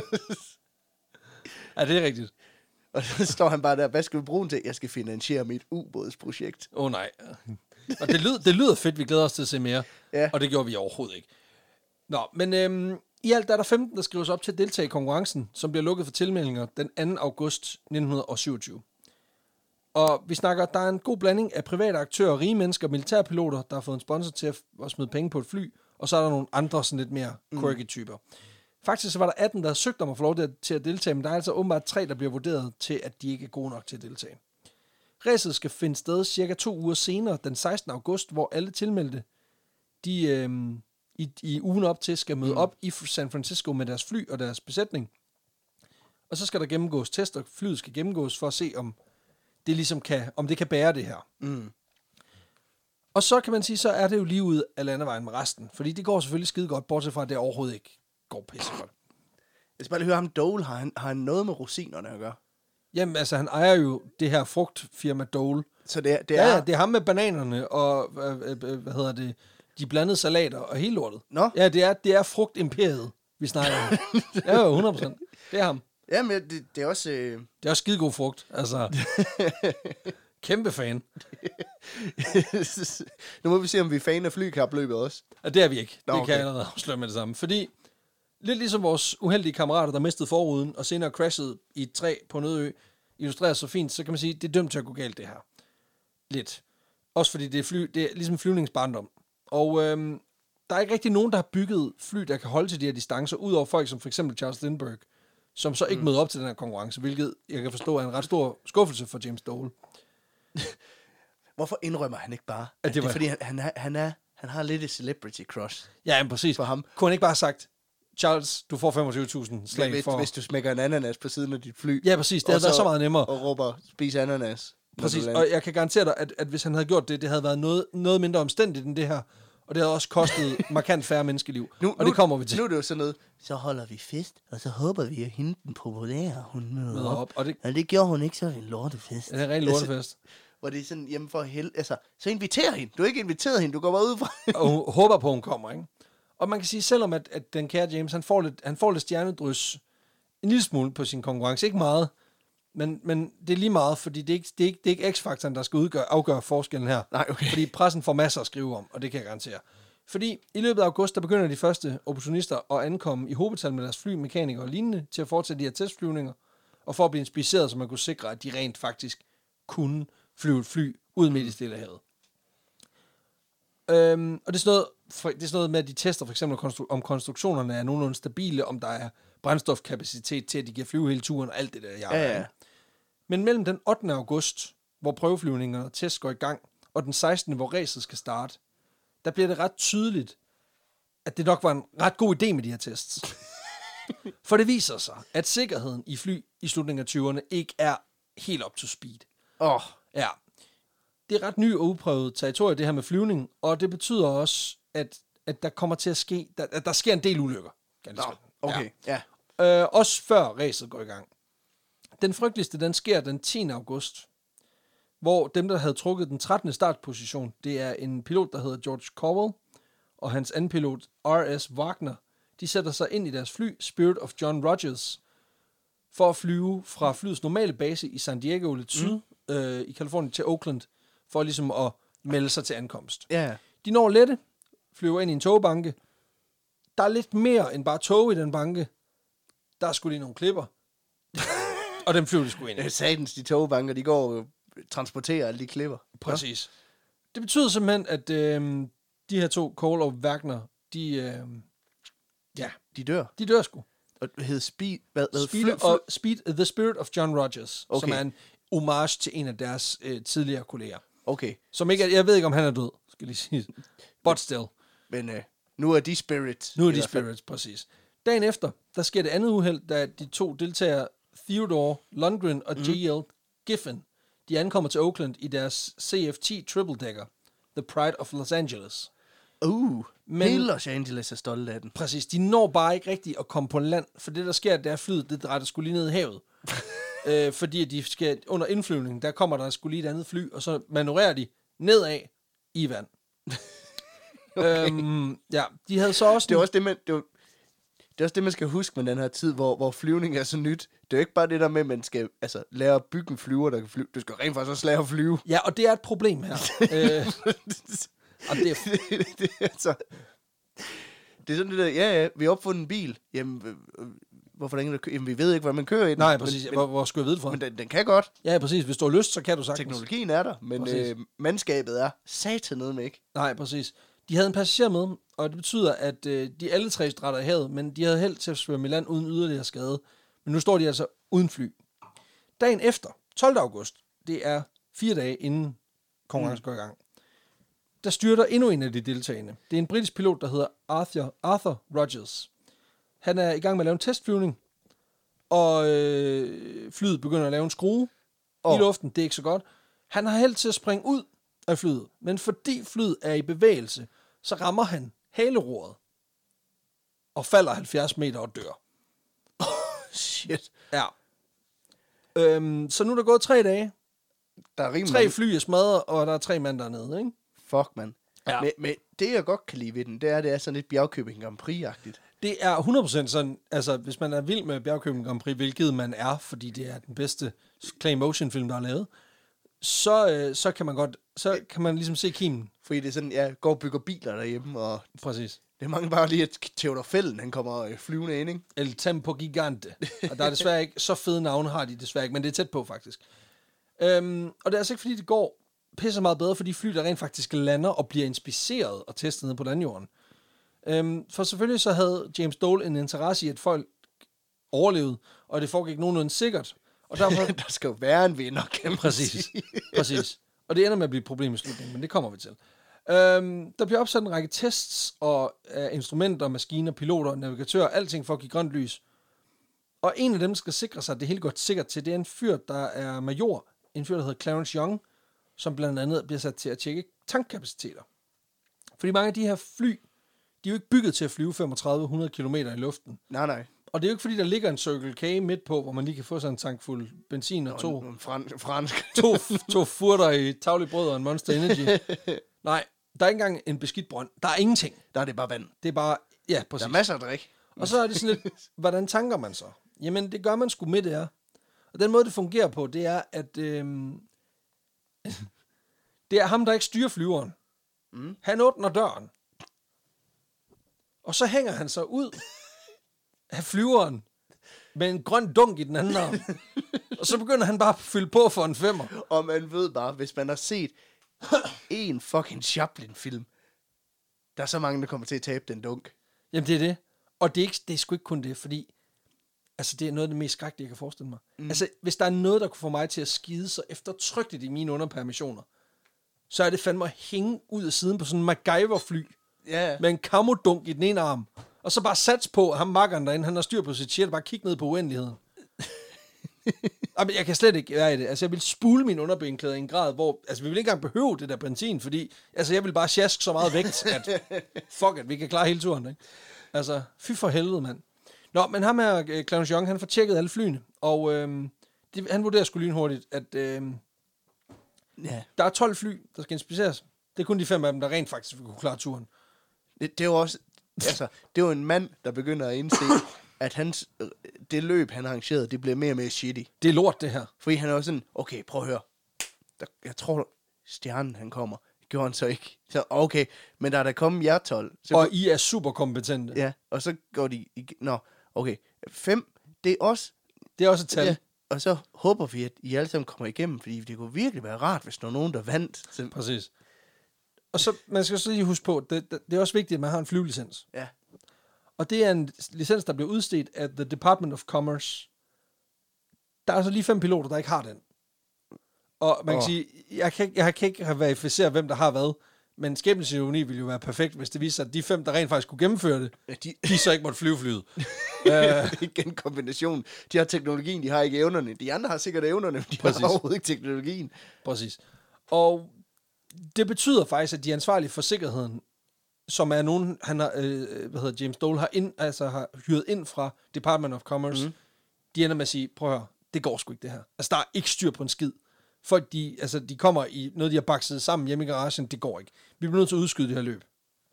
Ja, det er rigtigt. Og så står han bare der, hvad skal vi bruge den til? Jeg skal finansiere mit ubådsprojekt. Nej. Og det lyder fedt, vi glæder os til at se mere. Ja. Og det gjorde vi overhovedet ikke. Nå, men i alt er der 15, der skrives op til at deltage i konkurrencen, som bliver lukket for tilmeldinger den 2. august 1927. Og vi snakker, der er en god blanding af private aktører, rige mennesker og militærpiloter, der har fået en sponsor til at smide penge på et fly, og så er der nogle andre sådan lidt mere quirky typer. Faktisk så var der 18, der havde søgt om at få lov til at deltage, men der er altså åbenbart 3, der bliver vurderet til, at de ikke er gode nok til at deltage. Racet skal finde sted cirka 2 uger senere, den 16. august, hvor alle tilmeldte, de i ugen op til skal møde op i San Francisco med deres fly og deres besætning. Og så skal der gennemgås tester, flyet skal gennemgås for at se, om det ligesom om det kan bære det her. Og så kan man sige, så er det jo lige ud af landevejen med resten. Fordi det går selvfølgelig skide godt, bortset fra, at det overhovedet ikke går pissegodt. Jeg skal bare lige høre ham, Dole, har han noget med rosinerne at gøre? Jamen, altså, han ejer jo det her frugtfirma Dole. Så det er... Ja, det er ham med bananerne og, de blandede salater og hele lortet. Nå? Ja, det er frugtimperiet, vi snakker om. Ja, 100%. Det er ham. Ja, men det er også... Det er også skidegod frugt, altså. Kæmpe fan. Nu må vi se, om vi er fan af flykapløbet også. Ja, det er vi ikke. Nå, det kan jeg allerede afsløre med det samme. Fordi, lidt ligesom vores uheldige kammerater, der mistede forruden, og senere crashede i et træ på Nødø, illustrerer så fint, så kan man sige, det er dømt til at gå galt, det her. Lidt. Også fordi det er ligesom flyvningsbarndom. Og der er ikke rigtig nogen, der har bygget fly, der kan holde til de her distancer, udover folk som for eksempel Charles Lindbergh, som så ikke møder op til den her konkurrence, hvilket jeg kan forstå er en ret stor skuffelse for James Dole. Hvorfor indrømmer han ikke bare? Det er fordi, han har lidt et celebrity crush. Ja, men præcis. For ham. Kunne han ikke bare have sagt, Charles, du får 25.000 slag for... Hvis du smækker en ananas på siden af dit fly. Ja, præcis. Det havde været så meget nemmere. Og råber, spis ananas. Præcis, og jeg kan garantere dig, at hvis han havde gjort det, det havde været noget mindre omstændigt end det her. Og det havde også kostet markant færre menneskeliv. Og det kommer vi til. Nu er det jo sådan noget, så holder vi fest, og så håber vi, at hende den populære, hun møder op. Og det gjorde hun ikke, så er det en lortefest. Det er en ren lortefest. Hvor det er sådan, hjemme for helvede, altså, så inviterer hende. Du har ikke inviteret hende, du går bare ud fra. Og hun håber på, at hun kommer, ikke? Og man kan sige, selvom at den kære James, han får lidt stjernedrys en lille smule på sin konkurrence. Ikke meget, men det er lige meget, fordi det er ikke X-faktoren, der skal afgøre forskellen her. Nej, okay. Fordi pressen får masser at skrive om, og det kan jeg garantere. Fordi i løbet af august, der begynder de første opportunister at ankomme i hovedtal med deres fly, mekanikere og lignende, til at fortsætte de her testflyvninger, og for at blive inspiceret, så man kunne sikre, at de rent faktisk kunne flyve et fly ud midt i Stillehavet. Og det er sådan noget med, at de tester for eksempel, om konstruktionerne er nogenlunde stabile, om der er brændstofkapacitet til, at de kan flyve hele turen, og alt det der. Ja. Men mellem den 8. august, hvor prøveflyvningerne og test går i gang, og den 16. hvor racet skal starte, der bliver det ret tydeligt, at det nok var en ret god idé med de her tests. For det viser sig, at sikkerheden i fly i slutningen af 20'erne ikke er helt up to speed. Ja. Det er ret ny og uprøvet territorie, det her med flyvning, og det betyder også, at der kommer til at ske, at der sker en del ulykker. Okay, ja. Også før racet går i gang. Den frygteligste, den sker den 10. august, hvor dem, der havde trukket den 13. startposition, det er en pilot, der hedder George Cowell, og hans anden pilot, R.S. Wagner, de sætter sig ind i deres fly, Spirit of John Rogers, for at flyve fra flyets normale base i San Diego lidt syd i Californien til Oakland, for ligesom at melde sig til ankomst. Ja. De når lette, flyver ind i en togbanke. Der er lidt mere end bare tog i den banke. Der er sgu lige nogle klipper. Og dem flyver de sgu ind i. Satans, de togbanker, de går og transporterer alle de klipper. Præcis. Det betyder simpelthen, at de her to, Cole og Wagner, de dør. De dør sgu. Og det hedder The Spirit of John Rogers, okay. som er en homage til en af deres tidligere kolleger. Okay. Som ikke, jeg ved ikke, om han er død, skal lige sige. But still. Men nu er de spirits. Nu er de spirits, præcis. Dagen efter, der sker det andet uheld, da de to deltagere, Theodore Lundgren og J.L. Giffen, de ankommer til Oakland i deres CF-10 triple-decker, The Pride of Los Angeles. Hele Los Angeles er stolte af den. Præcis, de når bare ikke rigtigt at komme på land, for det, der sker, det er flyet, det retter sgu lige ned i havet. Fordi de skal, under indflyvningen, der kommer der sgu lige et andet fly, og så manøvrerer de nedad i vand. Okay. De havde så også... Det er også det, man skal huske med den her tid, hvor flyvning er så nyt. Det er jo ikke bare det der med, at man skal lære at bygge en flyver, der kan flyve. Du skal rent faktisk også lære at flyve. Ja, og det er et problem her. Og det er sådan det der, ja, vi har opfundet en bil. Jamen, hvorfor den ikke? Jamen, vi ved ikke, hvordan man kører i den. Nej, præcis. Hvor skulle jeg vide det fra? Men den kan godt. Ja, præcis. Hvis du har lyst, så kan du sagtens. Teknologien er der, men mandskabet er satan med ikke. Nej, præcis. De havde en passager med, og det betyder, at de alle tre strætter i havet, men de havde held til at svømme i land uden yderligere skade. Men nu står de altså uden fly. Dagen efter, 12. august, det er 4 dage inden konkurrencen går i gang, der styrter endnu en af de deltagende. Det er en britisk pilot, der hedder Arthur Rogers. Han er i gang med at lave en testflyvning, og flyet begynder at lave en skrue i luften. Det er ikke så godt. Han har held til at springe ud af flyet, men fordi flyet er i bevægelse, så rammer han haleroret og falder 70 meter og dør. Shit. Ja. Så nu er der gået 3 dage. Der er 3 fly er smadret, og der er 3 mand dernede, ikke? Fuck, man. Ja. Men det, jeg godt kan lide ved den, det er sådan lidt Bjergkøbing Grand Prix-agtigt. Det er 100% sådan, altså hvis man er vild med Bjergkøbing Grand Prix, hvilket man er, fordi det er den bedste clay motion film, der er lavet, så kan man ligesom se kimen. Fordi det er sådan, jeg går og bygger biler derhjemme, og præcis. Det mangler bare lige, at Theodor Fælden, han kommer flyvende ind, ikke? El Tempo Gigante. Og der er desværre ikke, så fede navne har de desværre ikke, men det er tæt på faktisk. Og det er altså ikke, fordi det går pisse meget bedre for de fly, der rent faktisk lander og bliver inspiceret og testet ned på landjorden. For selvfølgelig så havde James Dole en interesse i, at folk overlevede, og det foregik nogenlunde sikkert. Og derfor... der skal jo være en vinder, kan man sige. Præcis. Og det ender med at blive et problem i slutningen, men det kommer vi til. Der bliver opsat en række tests og instrumenter, maskiner, piloter, navigatører, alting for at give grønt lys. Og en af dem skal sikre sig, at det hele går sikkert til. Det er en fyr, der er major, en fyr, der hedder Clarence Young, som blandt andet bliver sat til at tjekke tankkapaciteter. Fordi mange af de her fly, de er jo ikke bygget til at flyve 3500 km i luften. Nej. Og det er jo ikke fordi, der ligger en Circle K midt på, hvor man lige kan få sådan en tank fuld benzin og to furter i taglig brød og en Monster Energy. Nej, der er ikke engang en beskidt brønd. Der er ingenting. Der er det bare vand. Det er bare, ja, præcis. Der er masser af drik. Og så er det sådan lidt, hvordan tanker man så? Jamen, det gør man sgu med det er. Og den måde, det fungerer på, det er, at det er ham, der ikke styrer flyveren. Han åbner døren. Og så hænger han sig ud af flyveren med en grøn dunk i den anden arm. Og så begynder han bare at fylde på for en 5'er. Og man ved bare, hvis man har set en fucking Chaplin-film, Der er så mange, der kommer til at tabe den dunk. Jamen, det er det. Og det er sgu ikke kun det, fordi altså, det er noget af det mest skrækkelige, jeg kan forestille mig. Altså, hvis der er noget, der kunne få mig til at skide så eftertrykkeligt i mine underpermissioner, så er det fandme at hænge ud af siden på sådan en MacGyver-fly med en kamodunk i den ene arm, og så bare sats på, at ham makkeren derinde, han har styr på sit shit, og bare kigge ned på uendeligheden. Jamen, jeg kan slet ikke være i det. Altså, jeg vil spule min underbenklæder i en grad, hvor altså, vi vil ikke engang behøve det der benzin, fordi altså, jeg vil bare sjaske så meget vægt, at fuck it, vi kan klare hele turen, ikke? Altså, fy for helvede, mand. Nå, men ham her, Clarence Young, han får tjekket alle flyene, og han vurderer sgu lynhurtigt, at der er 12 fly, der skal inspiceres. Det er kun de 5 af dem, der rent faktisk vil kunne klare turen. Det er jo også, altså, det er jo en mand, der begynder at indse, at det løb, han har arrangeret, det bliver mere og mere shitty. Det er lort, det her. Fordi han er jo sådan, okay, prøv at høre. Jeg tror, stjernen han kommer. Det gjorde han så ikke. Så okay, men der er der kommet jer 12. Så og I er super kompetente. Ja, og så går de... okay. 5, det er også... Det er også et tal. Ja, og så håber vi, at I alle sammen kommer igennem, fordi det kunne virkelig være rart, hvis der var nogen, der vandt. Så... Præcis. Og så, man skal så lige huske på, det er også vigtigt, at man har en flyvelicens. Ja. Og det er en licens, der bliver udstedt af The Department of Commerce. Der er altså lige 5 piloter, der ikke har den. Og man kan sige, jeg kan ikke have verificeret, hvem der har hvad, men skæbnens ironi ville jo være perfekt, hvis det viser sig, at de 5, der rent faktisk kunne gennemføre det, de så ikke måtte flyve flyet. Igen kombination. De har teknologien, de har ikke evnerne. De andre har sikkert evnerne, men de har overhovedet ikke teknologien. Præcis. Og det betyder faktisk, at de er ansvarlige for sikkerheden, som er nogen, han har, James Dole har hyret ind fra Department of Commerce. De ender med at sige, prøv at høre, det går sgu ikke det her. Altså, der er ikke styr på en skid. Folk, de kommer i noget, de har bakset sammen hjemme i garagen, det går ikke. Vi bliver nødt til at udskyde det her løb.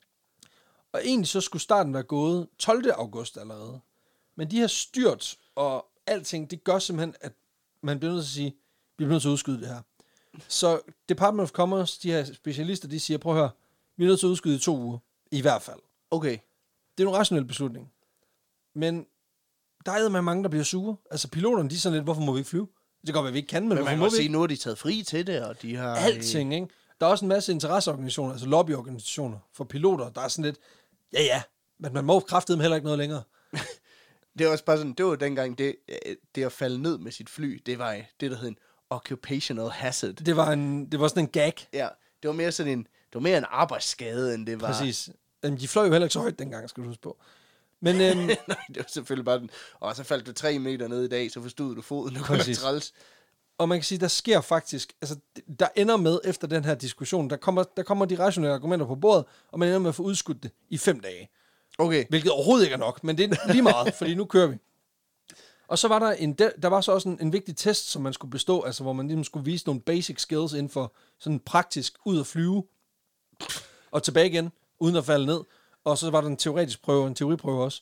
Og egentlig så skulle starten være gået 12. august allerede. Men de her styrt og alting, det gør simpelthen, at man bliver nødt til at sige, vi bliver nødt til at udskyde det her. Så Department of Commerce, de her specialister, de siger, prøv at høre, vi er nødt til at udskyde i 2 uger. I hvert fald. Okay. Det er en rationel beslutning. Men der er med mange, der bliver sure. Altså piloterne, de er sådan lidt, hvorfor må vi ikke flyve? Det kan godt være, vi ikke kan, men man kan også sige, nu er de taget fri til det, og de har... Alting, ikke? Der er også en masse interesseorganisationer, altså lobbyorganisationer for piloter, der er sådan lidt, ja, men man må kraftedeme heller ikke noget længere. Det er også bare sådan, det var dengang, det at falde ned med sit fly, det var det, der hed en occupational hazard. Det var sådan en gag. Ja, det var mere sådan en arbejdsskade, end det var... Præcis. De fløj jo heller ikke så højt dengang, skal du huske på. Men, nej, det var selvfølgelig bare den. Og så faldt du 3 meter ned i dag, så forstod du foden, og kunne træls. Og man kan sige, der sker faktisk, altså der ender med, efter den her diskussion, der kommer de rationelle argumenter på bordet, og man ender med at få udskudt det i 5 dage. Okay. Hvilket overhovedet ikke er nok, men det er lige meget, fordi nu kører vi. Og så var der var så også en vigtig test, som man skulle bestå, altså hvor man ligesom skulle vise nogle basic skills inden for sådan praktisk ud at flyve, og tilbage igen, uden at falde ned. Og så var der en teoretisk prøve, en teoriprøve også.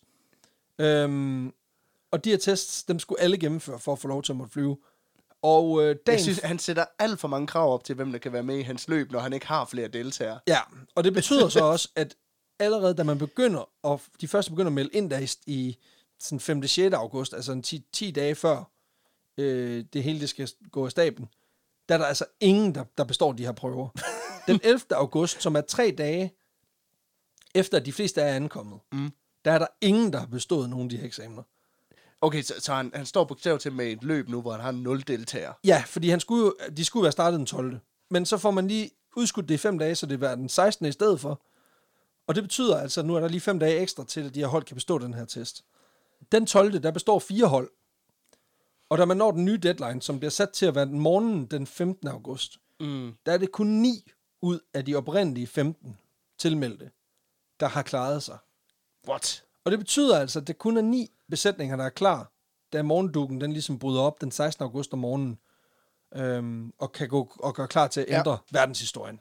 Og de her tests, dem skulle alle gennemføre for at få lov til at måtte flyve. Og jeg synes, han sætter alt for mange krav op til, hvem der kan være med i hans løb, når han ikke har flere deltagere. Ja, og det betyder så også, at allerede da man begynder, og de første begynder at melde ind der i sådan 5. 6. august, altså 10 dage før det hele det skal gå af staben, der er der altså ingen, der består de her prøver. Den 11. august, som er 3 dage efter at de fleste er ankommet, der er der ingen, der har bestået nogen af de her eksamener. Okay, så han står på bogstav til med et løb nu, hvor han har 0 deltagere. Ja, fordi de skulle være startet den 12. Men så får man lige udskudt det i 5 dage, så det er den 16. i stedet for. Og det betyder altså, at nu er der lige 5 dage ekstra til, at de her hold kan bestå den her test. Den 12. der består 4 hold. Og da man når den nye deadline, som bliver sat til at være morgenen den 15. august, der er det kun 9 ud af de oprindelige 15 tilmeldte, der har klaret sig. What? Og det betyder altså, at det kun er 9 besætninger, der er klar, da morgendukken den ligesom bryder op den 16. august om morgenen, og kan gå og gøre klar til at ændre verdenshistorien.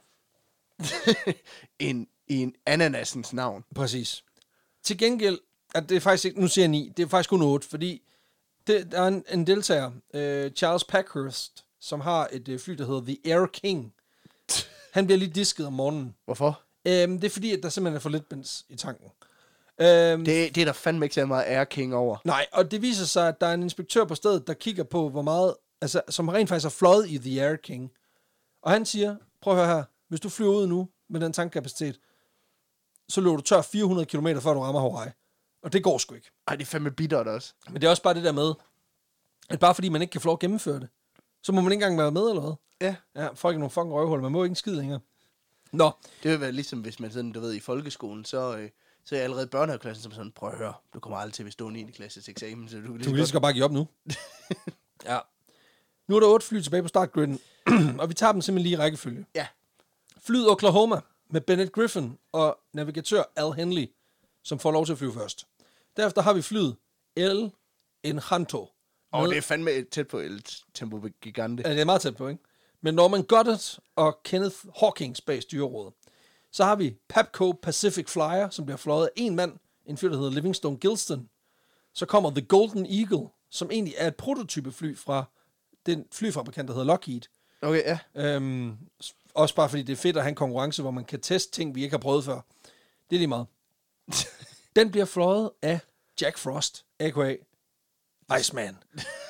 I en ananasens navn. Præcis. Til gengæld, at det er faktisk ikke, nu siger jeg 9, det er faktisk kun 8, fordi der er en deltager, Charles Packhurst, som har et fly, der hedder The Air King. Han bliver lige disket om morgenen. Hvorfor? Det er fordi, at der simpelthen er for lidt benzin i tanken. Det er der fandme ikke så meget Air King over. Nej, og det viser sig, at der er en inspektør på stedet, der kigger på, hvor meget, altså, som rent faktisk har fløjet i The Air King. Og han siger, prøv at høre her, hvis du flyver ud nu med den tankkapacitet, så løber du tør 400 km, før du rammer Hawaii. Og det går sgu ikke. Ej, det er fandme bittert også. Men det er også bare det der med, at bare fordi man ikke kan få lov at gennemføre det, så må man ikke engang være med, eller hvad? Ja. Ja, folk er nogle fucking røvhuller. Man må ikke en skid længere. Nå. Det vil være ligesom, hvis man sådan, du ved, i folkeskolen, så er allerede i børnehaveklassen som sådan, prøv at høre, du kommer aldrig til at stå 9. klasses eksamen, så du kan lige så bare give op nu. Ja. Nu er der 8 fly tilbage på startgriden, og vi tager dem simpelthen lige i rækkefølge. Ja. Flyet Oklahoma med Bennett Griffin og navigatør Al Henley, som får lov til at flyve først. Derefter har vi flyet El Encanto. Og det er fandme tæt på El Tempo Gigante. Ja, det er meget tæt på, ikke? Men Norman Goddard og Kenneth Hawkins bag styrerådet. Så har vi Papco Pacific Flyer, som bliver fløjet af en mand, en fyr, der hedder Livingston Gilston. Så kommer The Golden Eagle, som egentlig er et prototypefly fra den flyfabrikant, der hedder Lockheed. Okay, ja. Også bare fordi det er fedt at have en konkurrence, hvor man kan teste ting, vi ikke har prøvet før. Det er lige meget. Den bliver fløjet af Jack Frost, a.k.a. Iceman.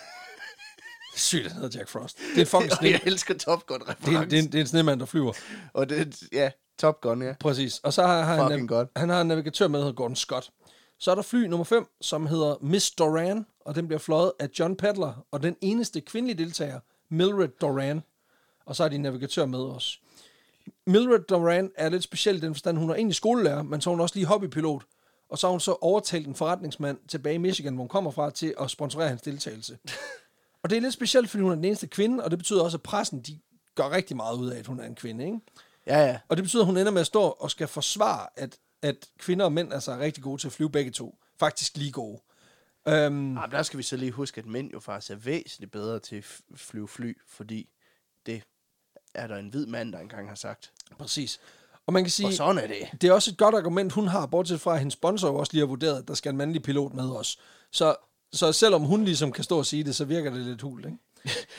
Sygt, at han hedder Jack Frost. Det er fucking sne. Jeg elsker Top Gun-reference. Det er en snemand, der flyver. Og det ja, Top Gun, ja. Præcis. Og så har han har en navigatør med, der hedder Gordon Scott. Så er der fly nummer 5, som hedder Miss Doran, og den bliver fløjet af John Padler, og den eneste kvindelige deltager, Mildred Doran. Og så er de en navigatør med os. Mildred Doran er lidt speciel i den forstand, hun er egentlig skolelærer, men så er hun også lige hobbypilot. Og så har hun så overtalt en forretningsmand tilbage i Michigan, hvor hun kommer fra, til at sponsorere hans deltagelse. Og det er lidt specielt, fordi hun er den eneste kvinde, og det betyder også, at pressen de gør rigtig meget ud af, at hun er en kvinde, ikke? Ja, ja. Og det betyder, at hun ender med at stå og skal forsvare, at kvinder og mænd altså er rigtig gode til at flyve begge to. Faktisk lige gode. Der skal vi så lige huske, at mænd jo faktisk er væsentligt bedre til at flyve fly, fordi det er der en hvid mand, der engang har sagt. Præcis. Og man kan sige, og sådan er det. Det er også et godt argument, hun har, bortset fra, at hendes sponsor også lige har vurderet, at der skal en mandlig pilot med os. Så selvom hun ligesom kan stå og sige det, så virker det lidt hult, ikke?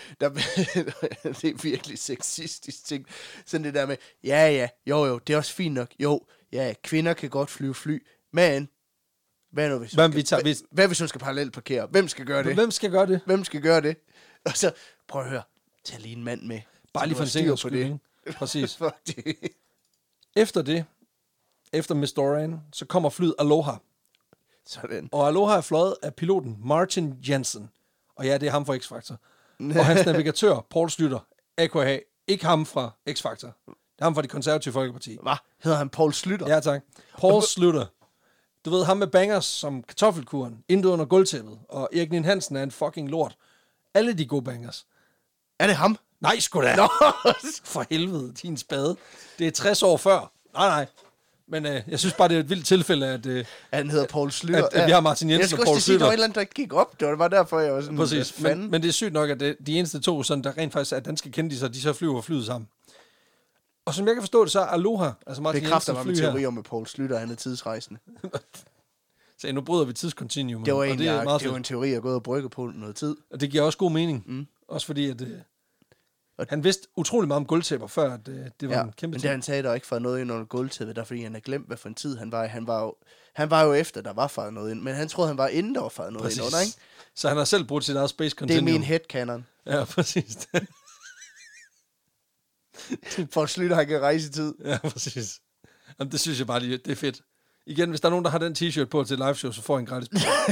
Det er virkelig sexistisk ting. Sådan det der med, ja, jo, det er også fint nok. Jo, ja, kvinder kan godt flyve fly, men hvad nu, hvis hun skal parallelt parkere? Hvem skal gøre det? Hvem skal gøre det? Og så, prøv at høre, tag lige en mand med. Bare lige for en sikkerheds skyld, ikke? Præcis. Efter Miss Doran, så kommer flyet Aloha. Sådan. Og Aloha er fløjet af piloten Martin Jensen. Og ja, det er ham fra X-Factor. Og hans navigatør, Paul Slytter, a.k.a. ikke ham fra X-Factor. Det er ham fra Det Konservative Folkeparti. Hvad? Hedder han Paul Slytter? Ja, tak. Paul Slytter. Du ved, ham med bangers som Kartoffelkuren, Intet under gulvtæppet, og Erik Nien Hansen er en fucking lort. Alle de gode bangers. Er det ham? Nej, sgu da. For helvede, din spade. Det er 60 år før. Nej. Men jeg synes bare, det er et vildt tilfælde, at han hedder Paul Slytter. At vi har Martin Jensen og Paul Slytter. Jeg skulle sige, der var et eller andet, der ikke gik op. Det var bare derfor, jeg var sådan... Præcis, men det er sygt nok, at de eneste to, sådan, der rent faktisk er danske kendiser, de så flyver flyet sammen. Og som jeg kan forstå det, så er Aloha, altså Martin Jensen fly her. Det teorier med Paul Slytter, han er tidsrejsende. Så nu bryder vi tidskontinuum. Det var en teori, jeg er gået og brygget på noget tid. Og det giver også god mening. Også fordi, at... Han vidste utrolig meget om gulvtæpper, før at, det var en kæmpe men det han sagde, der ikke var noget ind under gulvtæppet, der fordi han havde glemt, hvad for en tid han var i. Han var jo efter, der var faret noget ind, men han troede, han var inden, der var faret noget ind under, ikke? Så han har selv brugt sit eget space continuum. Det er min headcanon. Ja, præcis. For at slutte, han kan rejse i tid. Ja, præcis. Jamen, det synes jeg bare, det er fedt. Igen, hvis der er nogen, der har den t-shirt på til liveshow, så får jeg en gratis.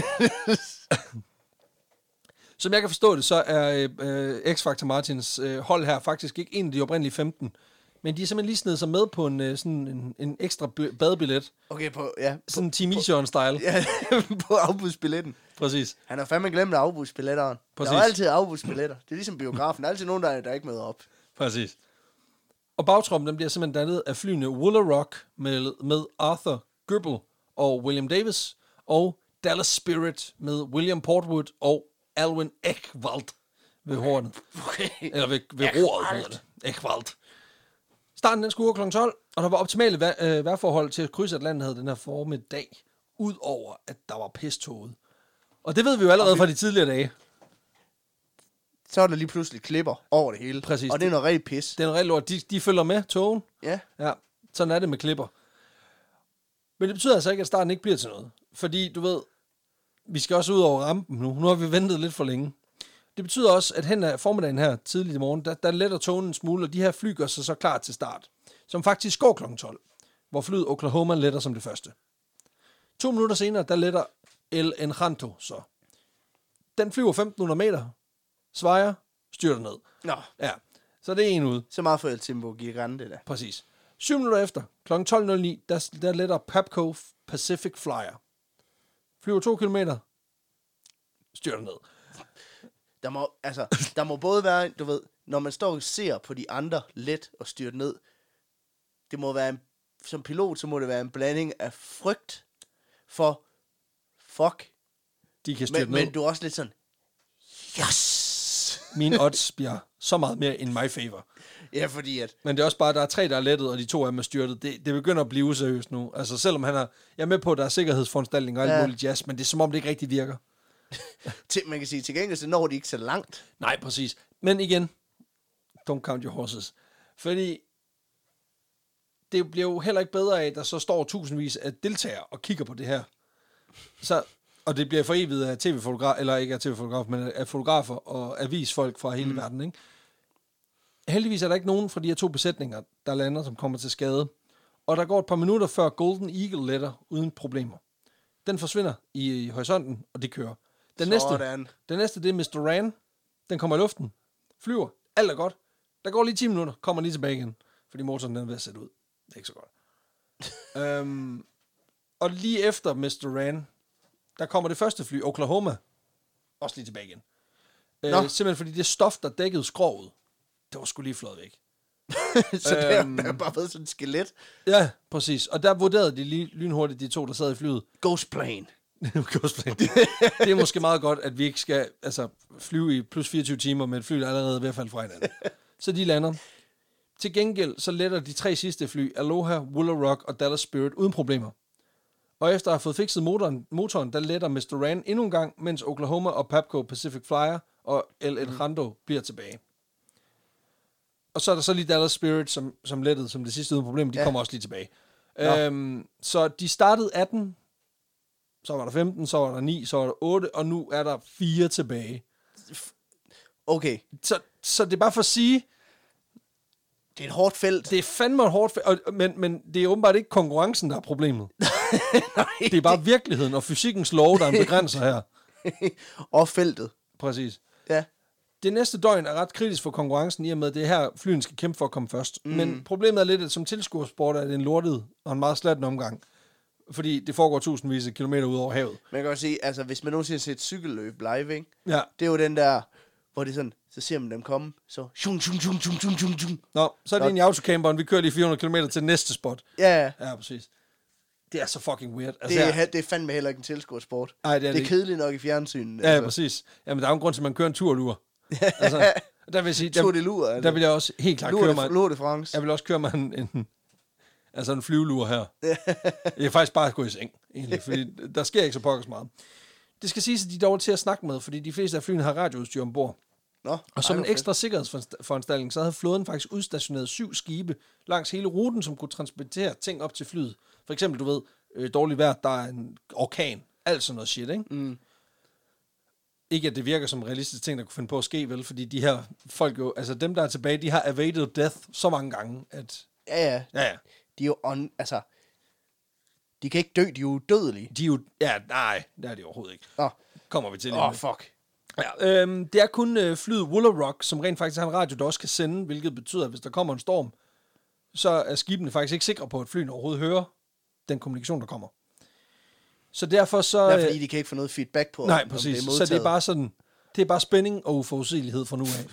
Som jeg kan forstå det, så er X-Factor Martins hold her faktisk ikke en af de oprindelige 15. Men de er simpelthen lige snedet sig med på en ekstra badebillet. Okay, sådan Team Eason-style. Ja, på afbudsbilletten. Præcis. Han har fandme glemt afbudsbilletteren. Der er altid afbudsbilletter. Det er ligesom biografen. Der er altid nogen, der ikke møder op. Præcis. Og bagtroppen, den bliver simpelthen dannet af flyene Wooler Rock med Arthur Goebel og William Davis, og Dallas Spirit med William Portwood og Alwyn Echwald ved hornet. Okay. Eller ved roret, hedder det. Echwald. Starten den skulle kl. 12, og der var optimale vejrforhold til at krydse Atlanterhavet den her formiddag, udover at der var pistoget. Og det ved vi jo allerede fra de tidligere dage. Så er der lige pludselig klipper over det hele. Præcis. Og det er noget rigtig pis. Det er noget rigtig lort. De følger med togen. Ja. Ja, sådan er det med klipper. Men det betyder altså ikke, at starten ikke bliver til noget. Fordi, du ved, vi skal også ud over rampen nu. Nu har vi ventet lidt for længe. Det betyder også, at hen ad formiddagen her, tidligt i morgen, der letter togen en smule, og de her fly gør sig så klar til start. Som faktisk går kl. 12. hvor flyet Oklahoma letter som det første. 2 minutter senere, der letter El Encanto så. Den flyver 1.500 meter, svejer, styrter ned. Nå, Ja, så det er en ude. så meget for El Timbo Gigante der. Præcis. 7 minutter efter, kl. 12.09, der letter Papco Pacific Flyer. Flyver 2 kilometer, styrter ned. Der må både være, du ved, når man står og ser på de andre let og styrte ned, det må være som pilot, så må det være en blanding af frygt for fuck. De kan styrte ned. Men du er også lidt sådan, yes! Mine odds bliver så meget mere in my favor. Ja, fordi at... Men det er også bare, der er 3, der er lettet, og de 2 af dem er styrtet. Det begynder at blive useriøst nu. Altså selvom jeg er med på, at der er sikkerhedsforanstaltninger og alt muligt jazz, men det er som om, det ikke rigtig virker. Man kan sige, til gengæld så når de ikke så langt. Nej, præcis. Men igen, don't count your horses. Fordi det bliver jo heller ikke bedre af, at der så står tusindvis af deltagere og kigger på det her. Så, og det bliver for evigt af tv-fotografer, eller ikke af tv-fotografer, men af fotografer og avisfolk fra hele verden, ikke? Heldigvis er der ikke nogen fra de her 2 besætninger, der lander, som kommer til skade. Og der går et par minutter før Golden Eagle letter uden problemer. Den forsvinder i horisonten, og det kører. Den næste, det er Mr. Ran. Den kommer i luften, flyver, alt er godt. Der går lige 10 minutter, kommer lige tilbage igen, fordi motoren den er ved at sætte ud. Det er ikke så godt. Og lige efter Mr. Ran, der kommer det første fly, Oklahoma, også lige tilbage igen. Simpelthen fordi det stof, der dækkede skroget, det var sgu lige flået væk. Så der er bare været sådan et skelet. Ja, præcis. Og der vurderede de lige lynhurtigt, de 2, der sad i flyet. Ghost plane. Det er måske meget godt, at vi ikke skal flyve i plus 24 timer med et fly, der allerede er ved at falde fra hinanden. Så de lander. Til gengæld så letter de 3 sidste fly, Aloha, Wooler Rock og Dallas Spirit, uden problemer. Og efter at have fået fikset motoren, der letter Mr. Ran endnu en gang, mens Oklahoma og Papco Pacific Flyer og El Encanto bliver tilbage. Og så er der så lige Dallas Spirit, som lettede som det sidste uden problemer. De kommer også lige tilbage. Så de startede 18, så var der 15, så var der 9, så var der 8, og nu er der 4 tilbage. Okay. Så det er bare for at sige... Det er et hårdt felt. Det er fandme et hårdt felt, men det er åbenbart ikke konkurrencen, der er problemet. Nej, det er bare virkeligheden og fysikkens lov, der er en begrænser her. Og feltet. Præcis. Ja. Det næste døgn er ret kritisk for konkurrencen, i og med, at det her flyen skal kæmpe for at komme først. Men problemet er lidt, at som tilskuersport er det en lortet og en meget slatten omgang. Fordi det foregår tusindvis af kilometer ud over havet. Man kan også sige, altså hvis man nogensinde har set cykelløb live, ikke? Ja. Det er jo den der, hvor det er sådan, så ser man dem komme, så shung, shung, shung, shung, shung, shung, shung. Nå, så er det en i autocamperen, vi kører lige 400 km til næste spot. Ja. Ja, præcis. Det er så fucking weird. Altså, det er fandme heller ikke en tilskuersport. Nej, det er kedeligt nok i fjernsynet. Ja, præcis. Jamen, der er jo en grund til, at man kører en turlur. Altså, der vil jeg sige, der vil jeg også helt klart køre mig... Lur de France. Jeg vil også køre mig en flyvelur her. Jeg kan faktisk bare gå i seng, egentlig, fordi der sker ikke så pokkers meget. Det skal siges, at de er dårlige til at snakke med, fordi de fleste af flyene har radioudstyr ombord. Og som en ekstra sikkerhedsforanstaltning, så havde flåden faktisk udstationeret 7 skibe langs hele ruten, som kunne transportere ting op til flyet. For eksempel, du ved, dårligt vejr, der er en orkan, alt sådan noget shit, ikke? Mm. Ikke, at det virker som realistiske ting, der kunne finde på at ske, vel? Fordi de her folk jo, altså dem, der er tilbage, de har evaded death så mange gange, at... Ja. De er jo de kan ikke dø, de er jo dødelige. Nej, det er de overhovedet ikke. Kommer vi til lige fuck. Ja, det er kun flyet Wooler Rock, som rent faktisk har en radio, der også kan sende, hvilket betyder, at hvis der kommer en storm, så er skibene faktisk ikke sikre på, at flyene overhovedet hører den kommunikation, der kommer. Så derfor så... Ja, fordi de kan ikke få noget feedback på. Nej, præcis. Så det er bare sådan... Det er bare spænding og uforudsigelighed fra nu af.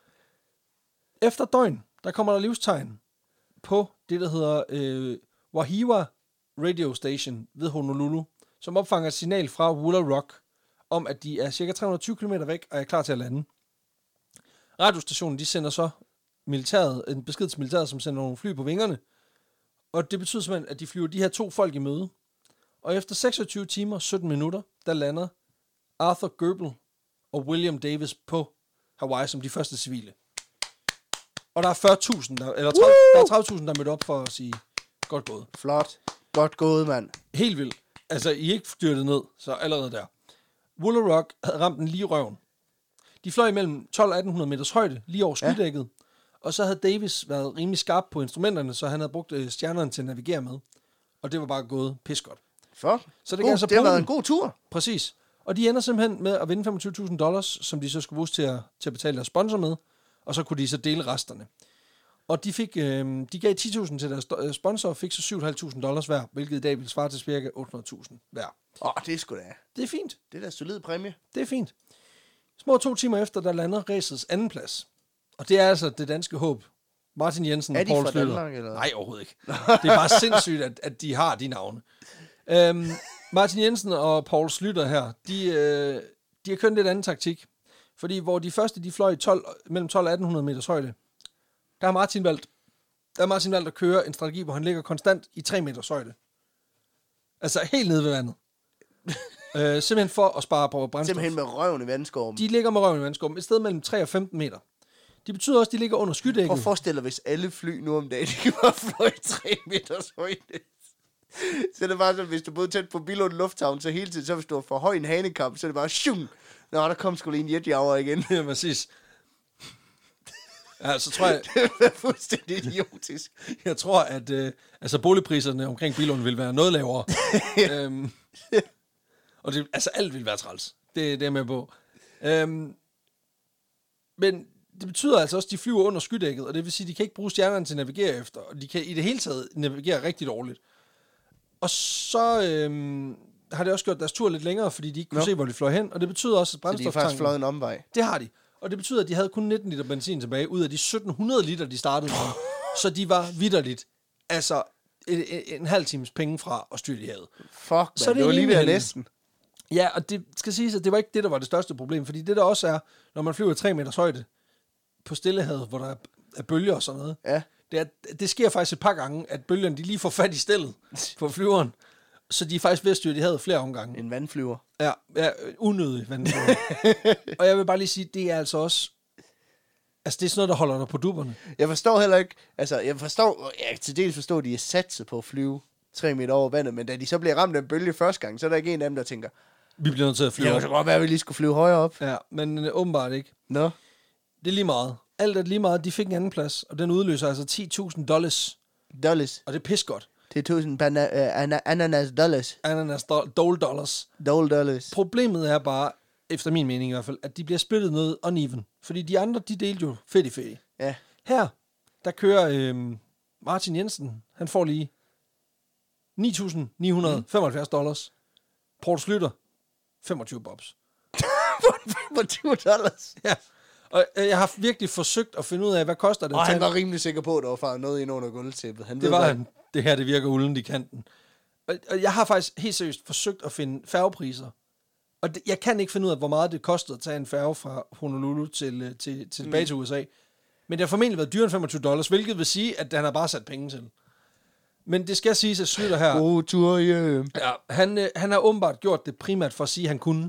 Efter døgn, der kommer der livstegn på det, der hedder Wahiwa Radio Station ved Honolulu, som opfanger et signal fra Wooler Rock, om at de er cirka 320 km væk og er klar til at lande. Radiostationen, de sender så en besked til militæret, som sender nogle fly på vingerne, og det betyder simpelthen, at de flyver de her 2 folk i møde. Og efter 26 timer og 17 minutter, der lander Arthur Goebel og William Davis på Hawaii som de første civile. Og der er 40.000, der er 30.000, der er mødt op for at sige, godt gået. Flot. Godt gået, mand. Helt vildt. Altså, I er ikke styrtet ned, så allerede der. Wooler Rock havde ramt den lige i røven. De fløj imellem 12 og 1800 meters højde, lige over skydækket, Og så havde Davis været rimelig skarp på instrumenterne, så han havde brugt stjernerne til at navigere med. Og det var bare gået pissegodt. Fuck. Så det, altså det har været en god tur. Præcis. Og de ender simpelthen med at vinde $25,000, som de så skulle bruge til at betale deres sponsor med. Og så kunne de så dele resterne. Og de gav 10.000 til deres sponsor, og fik så $7.500 hver, hvilket i dag vil svare til cirka 800.000 hver. Det er sgu da. Det er fint. Det er da solid præmie. Det er fint. Små 2 timer efter, der lander racets anden plads. Og det er altså det danske håb. Martin Jensen og Poul Slytter. Danmark, eller? Nej, overhovedet ikke. Det er bare sindssygt, at de har de navne. Martin Jensen og Poul Slytter her, de har kørt en lidt anden taktik. Fordi hvor de første, de fløj mellem 12 og 1800 meters højde, der har Martin valgt at køre en strategi, hvor han ligger konstant i 3 meters højde. Altså helt nede ved vandet. Simpelthen for at spare på brændstof. Simpelthen med røven i vandskorben. De ligger med røven i vandskorben et sted mellem 3 og 15 meter. Det betyder også, at de ligger under skydækket. Prøv at forestille dig, hvis alle fly nu om dagen, de kan bare fløje 3 meters højde. Så er det bare sådan, hvis du boede tæt på Billund Lufthavn, så hele tiden, så hvis du var for høj en hanekamp, så er det bare shung. Nå, der kom sgu lige en jetjager igen. Ja, præcis. Ja, så tror jeg... Det er fuldstændig idiotisk. Jeg tror, at boligpriserne omkring Billund vil være noget lavere. Og det, alt vil være træls. Det er jeg med på. Men det betyder altså også, at de flyver under skydækket, og det vil sige, at de kan ikke bruge stjernerne til at navigere efter, og de kan i det hele taget navigere rigtig dårligt. Og så har det også gjort deres tur lidt længere, fordi de ikke kunne se, hvor de fløj hen, og det betyder også, at brændstoftanken... Så de har faktisk fløjet en omvej. Det har de. Og det betyder, at de havde kun 19 liter benzin tilbage, ud af de 1700 liter, de startede med. Så de var vitterligt, en halv times penge fra at styrte i havet. Fuck, man, det var lige ved næsten. Ja, og det skal siges, at det var ikke det, der var det største problem, fordi det der også er, når man flyver 3 meters højde på Stillehavet, hvor der er bølger og sådan noget, det sker faktisk et par gange, at bølgerne de lige får fat i stillet på flyveren, så de er faktisk ved at styrte i havet flere omgange. En vandflyver. Ja, unødig vandflyver. Og jeg vil bare lige sige, det er altså også... Altså, det er sådan noget, der holder dig på dupperne. Jeg forstår heller ikke... Altså, jeg kan til dels forstå, at de er satset på at flyve 3 meter over vandet, men da de så bliver ramt af en bølge første gang, så er der ikke en af dem, der tænker... Vi bliver nødt til at flyve. Det kunne så godt være, at vi lige skulle flyve højere op. Ja, men åbenbart ikke. Nå. Det er lige meget. Alt er lige meget. De fik en anden plads, og den udløser altså $10,000. Dollars. Og det er pis godt. Det er ananas dollars. Ananas dollars. Dollars. Problemet er bare, efter min mening i hvert fald, at de bliver splittet noget uneven. Fordi de andre, de delte jo fedt. Ja. Her, der kører Martin Jensen, han får lige $9.975. Poul Slytter, 25 bobs. $25. Ja, og jeg har virkelig forsøgt at finde ud af, hvad koster det. Og han var rimelig sikker på, at der var faret noget ind under gulvtæppet. Det var han. Det her, det virker uldent i kanten. Og jeg har faktisk helt seriøst forsøgt at finde færgepriser. Og jeg kan ikke finde ud af, hvor meget det kostede at tage en færge fra Honolulu tilbage til USA. Men det har formentlig været dyrere end $25, hvilket vil sige, at han har bare sat penge til. Men det skal siges, at Slytter her... God tur hjem. Ja, han har åbenbart gjort det primært for at sige, at han kunne.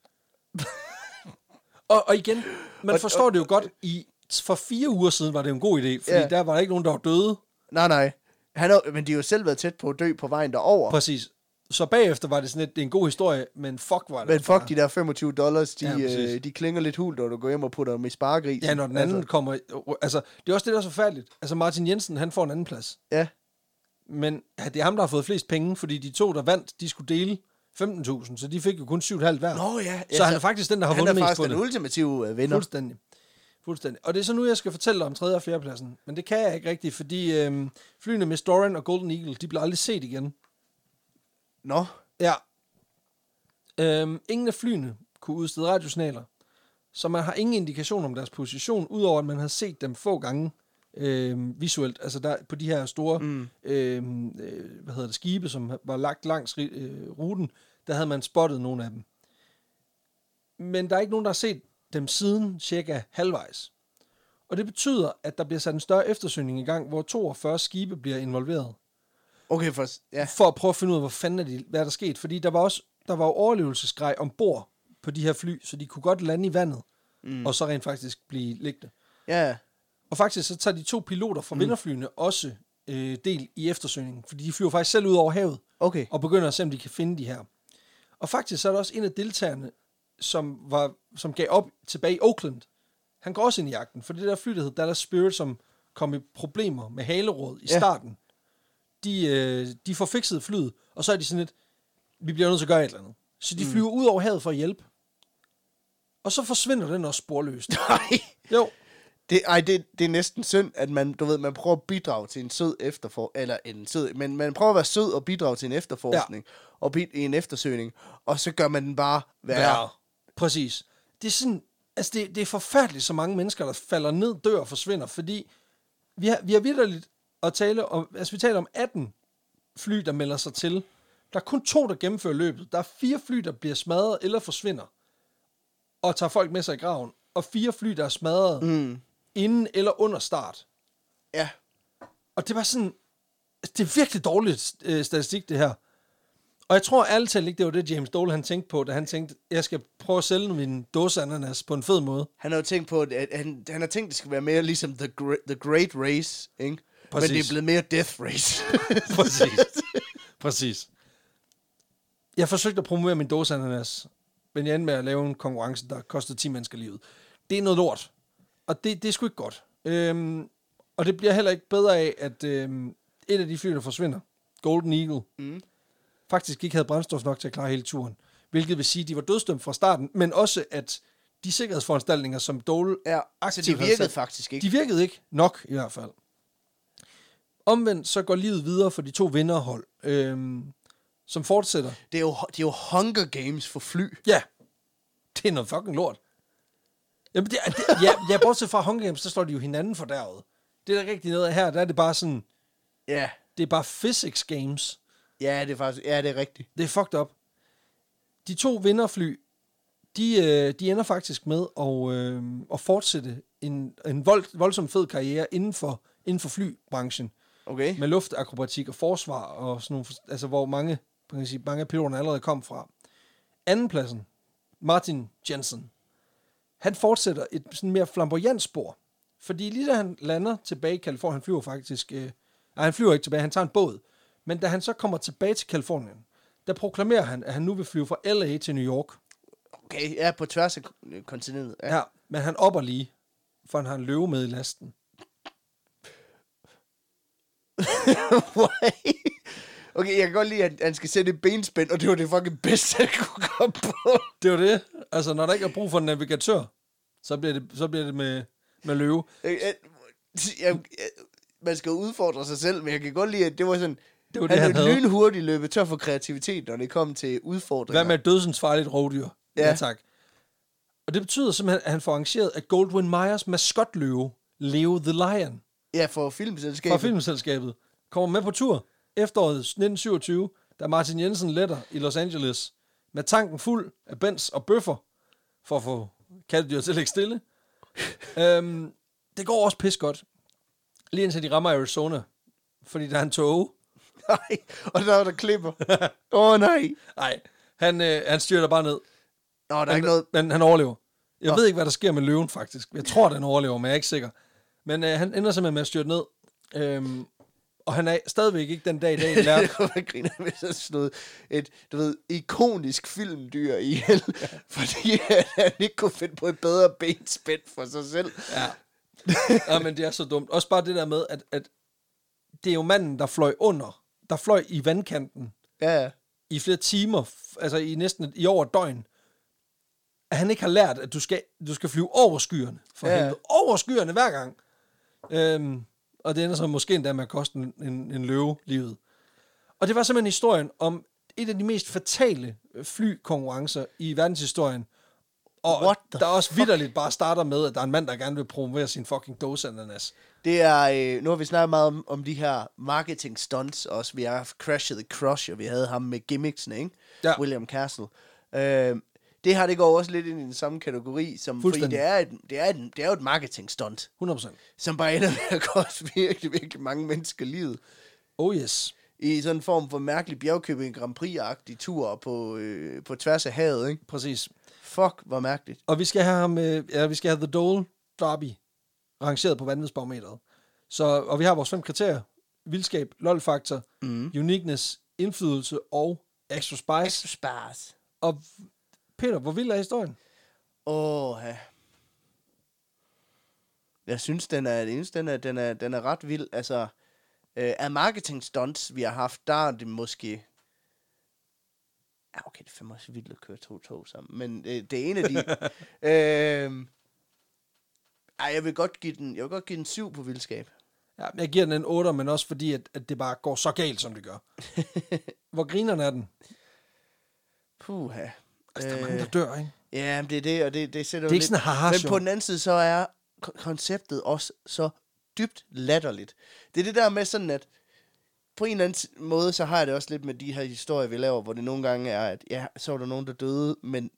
og igen, man forstår det jo godt. For 4 uger siden var det jo en god idé, fordi der var ikke nogen, der var døde. Nej. Men de har jo selv været tæt på at dø på vejen derover. Præcis. Så bagefter var det sådan lidt, det er en god historie, men fuck var det. Men fuck, de der $25, de klinger lidt hult, når du går hjem og putter dem i sparegris. Ja, når den anden kommer... Altså, det er også det, der er så færdigt. Altså, Martin Jensen, han får en anden plads. Ja. Men det er ham, der har fået flest penge, fordi de 2, der vandt, de skulle dele 15.000, så de fik jo kun 7,5 hver. Nå ja. Så han er faktisk den, der har vundet mest på det. Han er faktisk den ultimative vinder. Fuldstændig. Og det er så nu, jeg skal fortælle dig om 3. og 4. pladsen. Men det kan jeg ikke rigtigt, fordi flyene Miss Doran og Golden Eagle, de bliver aldrig set igen. Nå. Ja. Ingen af flyene kunne udstede radiosignaler, så man har ingen indikation om deres position, udover at man har set dem få gange visuelt. Altså der på de her store skibe, som var lagt langs ruten, der havde man spottet nogle af dem. Men der er ikke nogen, der har set dem siden cirka halvvejs. Og det betyder, at der bliver sat en større eftersøgning i gang, hvor 42 skibe bliver involveret. Okay, for at prøve at finde ud af, hvad der er sket. Fordi der var jo overlevelsesgrej ombord på de her fly, så de kunne godt lande i vandet, og så rent faktisk blive liggende. Ja. Og faktisk så tager de 2 piloter fra vinderflyene også del i eftersøgningen, fordi de flyver faktisk selv ud over havet, og begynder at se, om de kan finde de her. Og faktisk så er der også en af deltagerne, som gav op tilbage i Oakland, Han går også ind i jagten, for det der fly, der hedder Dallas Spirit, som kom i problemer med haleråd i starten, de får fikset flyet, og så er de sådan lidt, vi bliver nødt til at gøre et eller andet. Så de flyver ud over havet for at hjælpe. Og så forsvinder den også sporløst. Nej. Jo. Det er næsten synd, at man prøver at bidrage til en sød men man prøver at være sød og bidrage til en efterforskning, og i en eftersøgning, og så gør man den bare værre. Præcis. Det er sådan, altså det er forfærdeligt, så mange mennesker, der falder ned, dør og forsvinder, fordi vi har vitterligt at tale om, altså vi taler om 18 fly, der melder sig til. Der er kun 2, der gennemfører løbet. Der er 4 fly, der bliver smadret eller forsvinder, og tager folk med sig i graven, og 4 fly, der er smadret inden eller under start. Ja. Og det var sådan, det er virkelig dårligt statistik, det her. Og jeg tror ærligt talt ikke, det var det, James Dole han tænkte på, da han tænkte, jeg skal prøve at sælge min dåseananas på en fed måde. Han har jo tænkt på, at han har tænkt, det skal være mere ligesom The Great Race, ikke? Præcis. Men det er blevet mere Death Race. Præcis. Jeg forsøgte at promovere min dåseananas, men jeg endte med at lave en konkurrence, der kostede 10 mennesker livet. Det er noget lort. Og det er sgu ikke godt. Og det bliver heller ikke bedre af, at et af de fly, der forsvinder, Golden Eagle, faktisk ikke havde brændstof nok til at klare hele turen. Hvilket vil sige, at de var dødsdømt fra starten, men også, at de sikkerhedsforanstaltninger, som Dole aktivt de virkede faktisk ikke. De virkede ikke nok, i hvert fald. Omvendt, så går livet videre for de 2 vinderhold, som fortsætter. Det er jo Hunger Games for fly. Ja, det er noget fucking lort. Jamen, bortset fra Hunger Games, så står de jo hinanden for derude. Det er der rigtig noget af her, der er det bare sådan... Ja. Det er bare physics games. Ja, det er faktisk... Ja, det er rigtigt. Det er fucked up. De 2 vinderfly, de ender faktisk med at fortsætte en voldsom fed karriere inden for flybranchen. Okay. Med luftakrobatik og forsvar, og sådan nogle, altså hvor mange af piloterne allerede kom fra. Andenpladsen, Martin Jensen. Han fortsætter et sådan mere flamboyant spor. Fordi lige da han lander tilbage i Kalifornien, han flyver faktisk... han flyver ikke tilbage, han tager en båd. Men da han så kommer tilbage til Kalifornien, der proklamerer han, at han nu vil flyve fra LA til New York. Okay, ja, på tværs af kontinentet. Ja, men han opper lige, for han har en løve med i lasten. Okay, jeg kan godt lide, at han skal sætte et benspænd, og det var det fucking bedste, han kunne komme på. Det var det. Altså, når der ikke er brug for en navigatør, så bliver det med løve. Man skal udfordre sig selv, men jeg kan godt lide, at det var sådan... Han havde lynhurtigt løbet tør for kreativitet, når det kom til udfordringer. Hvad med dødsensfarligt rovdyr? Ja, tak. Og det betyder simpelthen, at han får arrangeret, at Goldwyn Mayers maskotløve, Leo the Lion... Ja, for filmselskabet. Kommer med på tur efteråret 1927, da Martin Jensen letter i Los Angeles med tanken fuld af Benz og bøffer for at få kattedyr til at ligge stille. Det går også pis godt. Lige indtil de rammer Arizona, fordi der er en tåge. Nej, og der klipper. Nej. Nej, han styrter bare ned. Nå, der er ikke noget... Men han overlever. Jeg ved ikke, hvad der sker med løven, faktisk. Jeg tror, den overlever, men jeg er ikke sikker. Men han ender simpelthen med at styrte ned. Og han er stadigvæk ikke den dag i dag lært. Jeg griner med sådan noget, et, du ved, ikonisk filmdyr ihjel, fordi han ikke kunne finde på et bedre benspænd for sig selv. Ja. Ja, men det er så dumt. Også bare det der med, at det er jo manden, der fløj i vandkanten i flere timer, altså i næsten i over et døgn, at han ikke har lært, at du skal flyve over skyerne, for helvede. Over skyerne hver gang. Og det ender så måske endda med at koste en løve livet. Og det var simpelthen historien om et af de mest fatale flykonkurrencer i verdenshistorien. Og der også vitterligt bare starter med, at der er en mand, der gerne vil promovere sin fucking dåseananas. Det er, nu har vi snakket meget om de her marketing stunts også. Vi har haft Crash the Crusher, vi havde ham med gimmicksene, ikke? Ja. William Castle. Det her, det går også lidt ind i den samme kategori, som, fordi det er jo et marketing stunt. 100%. Som bare ender med at koste virkelig, virkelig mange mennesker livet. Oh yes. I sådan en form for mærkelig bjergkøbing Grand Prix-agtig tur på tværs af havet, ikke? Præcis. Fuck, hvor mærkeligt. Og vi skal have The Dole Derby rangeret på vanvidsbarometeret. Og vi har vores 5 kriterier. Vildskab, lol-faktor, uniqueness, indflydelse og extra spice. Og Peter, hvor vild er historien? Jeg synes, den er ret vild. Altså, af marketing stunts, vi har haft, der er det måske... Ja, okay, det er fandme også vildt at køre 2 tog sammen. Men det er en af de... jeg vil godt give den 7 på vildskab. Ja, jeg giver den en 8, men også fordi, at det bare går så galt, som det gør. Hvor grineren er den? Puha. Altså, der er mange, der dør, ikke? Ja, det er det, og det sætter det er ikke sådan haha. Men på den anden side, så er konceptet også så dybt latterligt. Det er det der med sådan, at på en eller anden måde, så har jeg det også lidt med de her historier, vi laver, hvor det nogle gange er, at ja, så var der nogen, der døde, men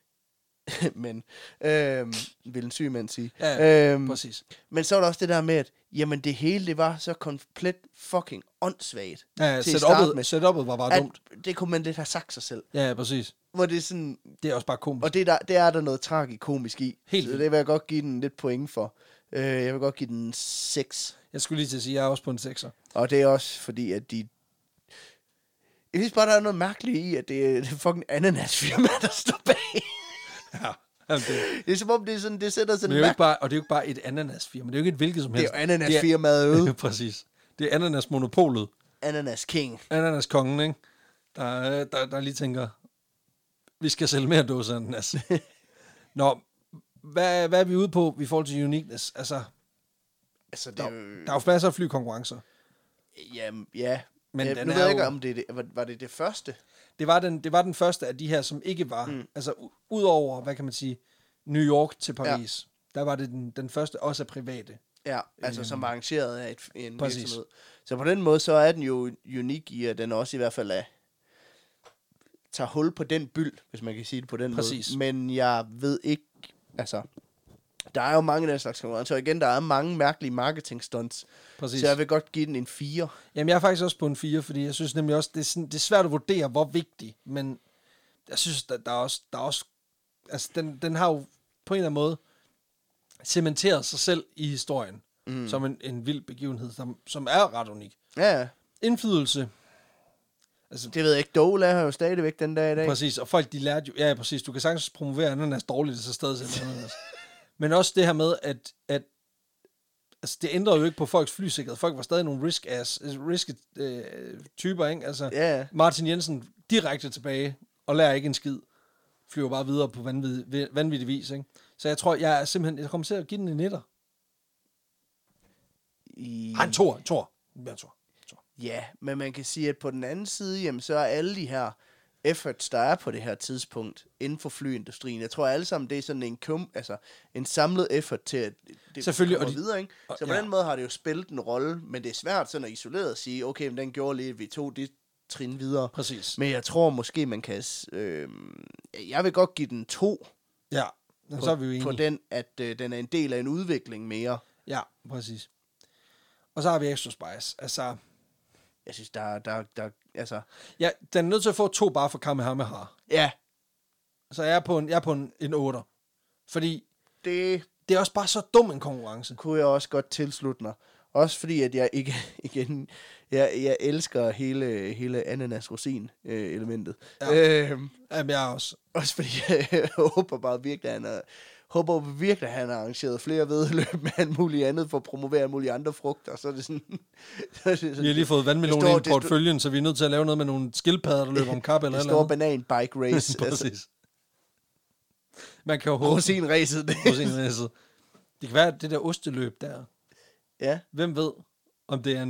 vil en syg mand sige. Ja, præcis. Men så var der også det der med, at jamen det hele, det var så komplet fucking åndssvagt. Ja, setup'et var bare dumt. Det kunne man lidt have sagt sig selv. Ja, præcis. Hvor det er sådan... Det er også bare komisk. Og det er der noget tragikomisk i. Helt så det vil jeg godt give den lidt point for. Jeg vil godt give den 6. Jeg skulle lige til at sige, at jeg er også på en 6'er. Og det er også fordi, at de... Jeg synes bare, der er noget mærkeligt i, at det er fucking ananasfirma, der står bag. Ja. Det er som om, det er sådan, det sætter sådan... Men det er jo ikke bare, og det er jo ikke bare et ananasfirma. Det er jo ikke et hvilket som helst. Det er jo ananasfirmaet øde. Præcis. Det er ananasmonopolet. Ananas King. Ananaskongen, ikke? Der lige tænker, vi skal sælge mere dåse ananas. Nå, hvad er vi ude på i forhold til uniqueness? Altså det der er jo masser af flykonkurrencer. Ja. Men nu ved jeg ikke, om var det første? Det var den første af de her, som ikke var, altså udover, hvad kan man sige, New York til Paris, der var det den første, også af private. Ja, altså som var arrangeret af en virksomhed. Så på den måde, så er den jo unik i, at den også i hvert fald tager hul på den byld, hvis man kan sige det på den måde. Men jeg ved ikke, altså, der er jo mange af den slags konkurrencer, og igen, der er mange mærkelige marketing stunts. Præcis. Så jeg vil godt give den en 4. Jamen, jeg er faktisk også på en 4, fordi jeg synes nemlig også, det er svært at vurdere, hvor vigtig, men jeg synes, der er også altså, den har jo på en eller anden måde cementeret sig selv i historien, som en vild begivenhed, som er ret unik. Ja. Indflydelse. Altså, det ved jeg ikke, Dole er jo stadigvæk den dag i dag. Præcis, og folk, de lærte jo, ja, præcis, du kan sagtens promovere ananas dårligt, så stadig ananas. Men også det her med, at altså, det ændrede jo ikke på folks flysikkerhed. Folk var stadig nogle risky typer, ikke? Altså, Martin Jensen direkte tilbage, og lærer ikke en skid. Flyver bare videre på vanvittig vis, ikke? Så jeg tror, jeg kommer til at give den en 9'er. En 2'er. Ja, men man kan sige, at på den anden side, jamen, så er alle de her efforts, der er på det her tidspunkt inden for flyindustrien, jeg tror alle sammen, det er sådan en samlet effort til, at det kommer videre, ikke? Så på den måde har det jo spillet en rolle, men det er svært sådan at isoleret at sige, okay, men den gjorde lige, at vi tog det trin videre. Præcis. Men jeg tror måske, man kan... jeg vil godt give den 2. Ja, så er vi jo enige. På den, at den er en del af en udvikling mere. Ja, præcis. Og så har vi Extra Spice. Altså... Jeg synes, der altså... Ja, den er nødt til at få 2 bare for Kamehameha. Ja. Så jeg er på en 8. Fordi det er også bare så dum en konkurrence. Kunne jeg også godt tilslutte mig. Også fordi, at jeg ikke, igen, jeg elsker hele ananas-rosin elementet. Ja. Jamen, jeg også. Også fordi, jeg håber bare virkelig, at han har arrangeret flere vedløb med alt muligt andet for at promovere alle mulige andre frugter. Så er det sådan... Vi har lige fået vandmelon i portføljen, så vi er nødt til at lave noget med nogle skildpadder, der løber om kap eller noget. Det store banan-bike race. Præcis. Altså. Man kan jo håbe... Rosin-ræset. Det kan være, det der osteløb der. Ja. Hvem ved, om det er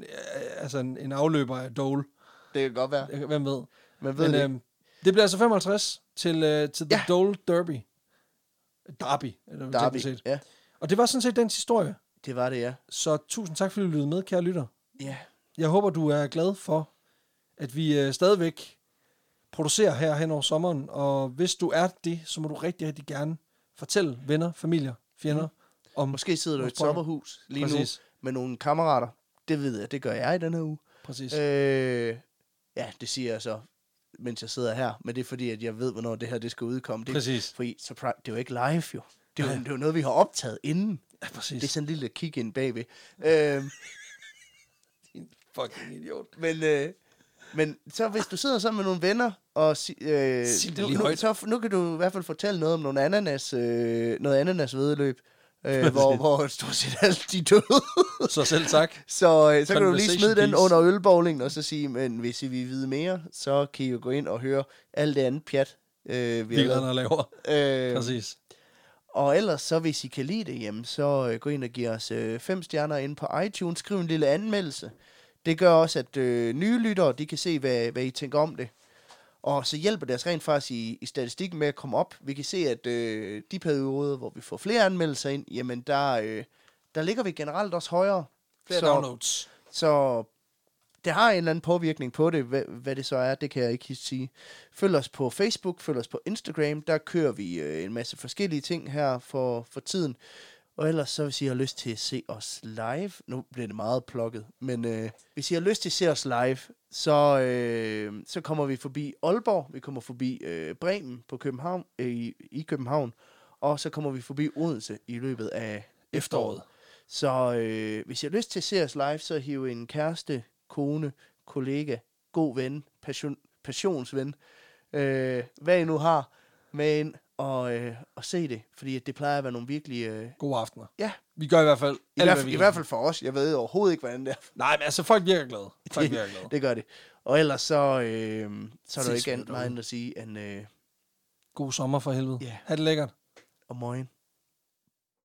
en afløber af Dole. Det kan godt være. Hvem ved. Men det bliver altså 55 til The Dole Derby. Derby, ja. Og det var sådan set den historie. Det var det, ja. Så tusind tak, fordi du lyttede med, kære lytter. Ja. Jeg håber, du er glad for, at vi stadigvæk producerer her hen over sommeren. Og hvis du er det, så må du rigtig, rigtig gerne fortælle venner, familier, fjender. Om måske sidder du i et sommerhus lige nu med nogle kammerater. Det ved jeg, det gør jeg i den her uge. Præcis. Ja, det siger jeg så, mens jeg sidder her. Men det er fordi, at jeg ved, hvornår det her det skal udkomme. Præcis. Fordi det er jo ikke live, jo. Det er jo noget, vi har optaget inden. Ja, præcis. Det er sådan en lille kig ind bagved. Din fucking idiot. Men så hvis du sidder sammen med nogle venner, og nu kan du i hvert fald fortælle noget om noget ananas vedløb. hvor stort set alt de døde. Så selv tak. Så kan du lige Conversation smide den piece. under ølbowlingen, og så sige, men hvis I vil vide mere, så kan I jo gå ind og høre alt det andet pjat, vi har Vi lavet. render og laver. Præcis. Og ellers, så hvis I kan lide det, jamen, så gå ind og giv os 5 stjerner ind på iTunes. Skriv en lille anmeldelse. Det gør også, at nye lyttere, de kan se, hvad I tænker om det. Og så hjælper det os rent faktisk i statistikken med at komme op. Vi kan se, at de perioder, hvor vi får flere anmeldelser ind, jamen der ligger vi generelt også højere. Flere downloads. Så det har en eller anden påvirkning på det. Hvad det så er, det kan jeg ikke sige. Følg os på Facebook, følg os på Instagram. Der kører vi en masse forskellige ting her for tiden. Og ellers så hvis I har lyst til at se os live, nu bliver det meget plukket, men hvis I har lyst til at se os live, så kommer vi forbi Aalborg, vi kommer forbi Bremen på København, i København, og så kommer vi forbi Odense i løbet af efteråret. Så hvis I har lyst til at se os live, så hiv en kæreste, kone, kollega, god ven, passionsven, hvad I nu har med ind og se det, fordi det plejer at være nogle virkelig... Gode aftener. Ja. Vi gør i hvert fald I hvert fald for os. Jeg ved overhovedet ikke, hvordan det er. Nej, men altså, folk virker glade. Det gør det. Og ellers så er der ikke meget andet at sige end... God sommer for helvede. Ja. Ha' det lækkert. Og morgen.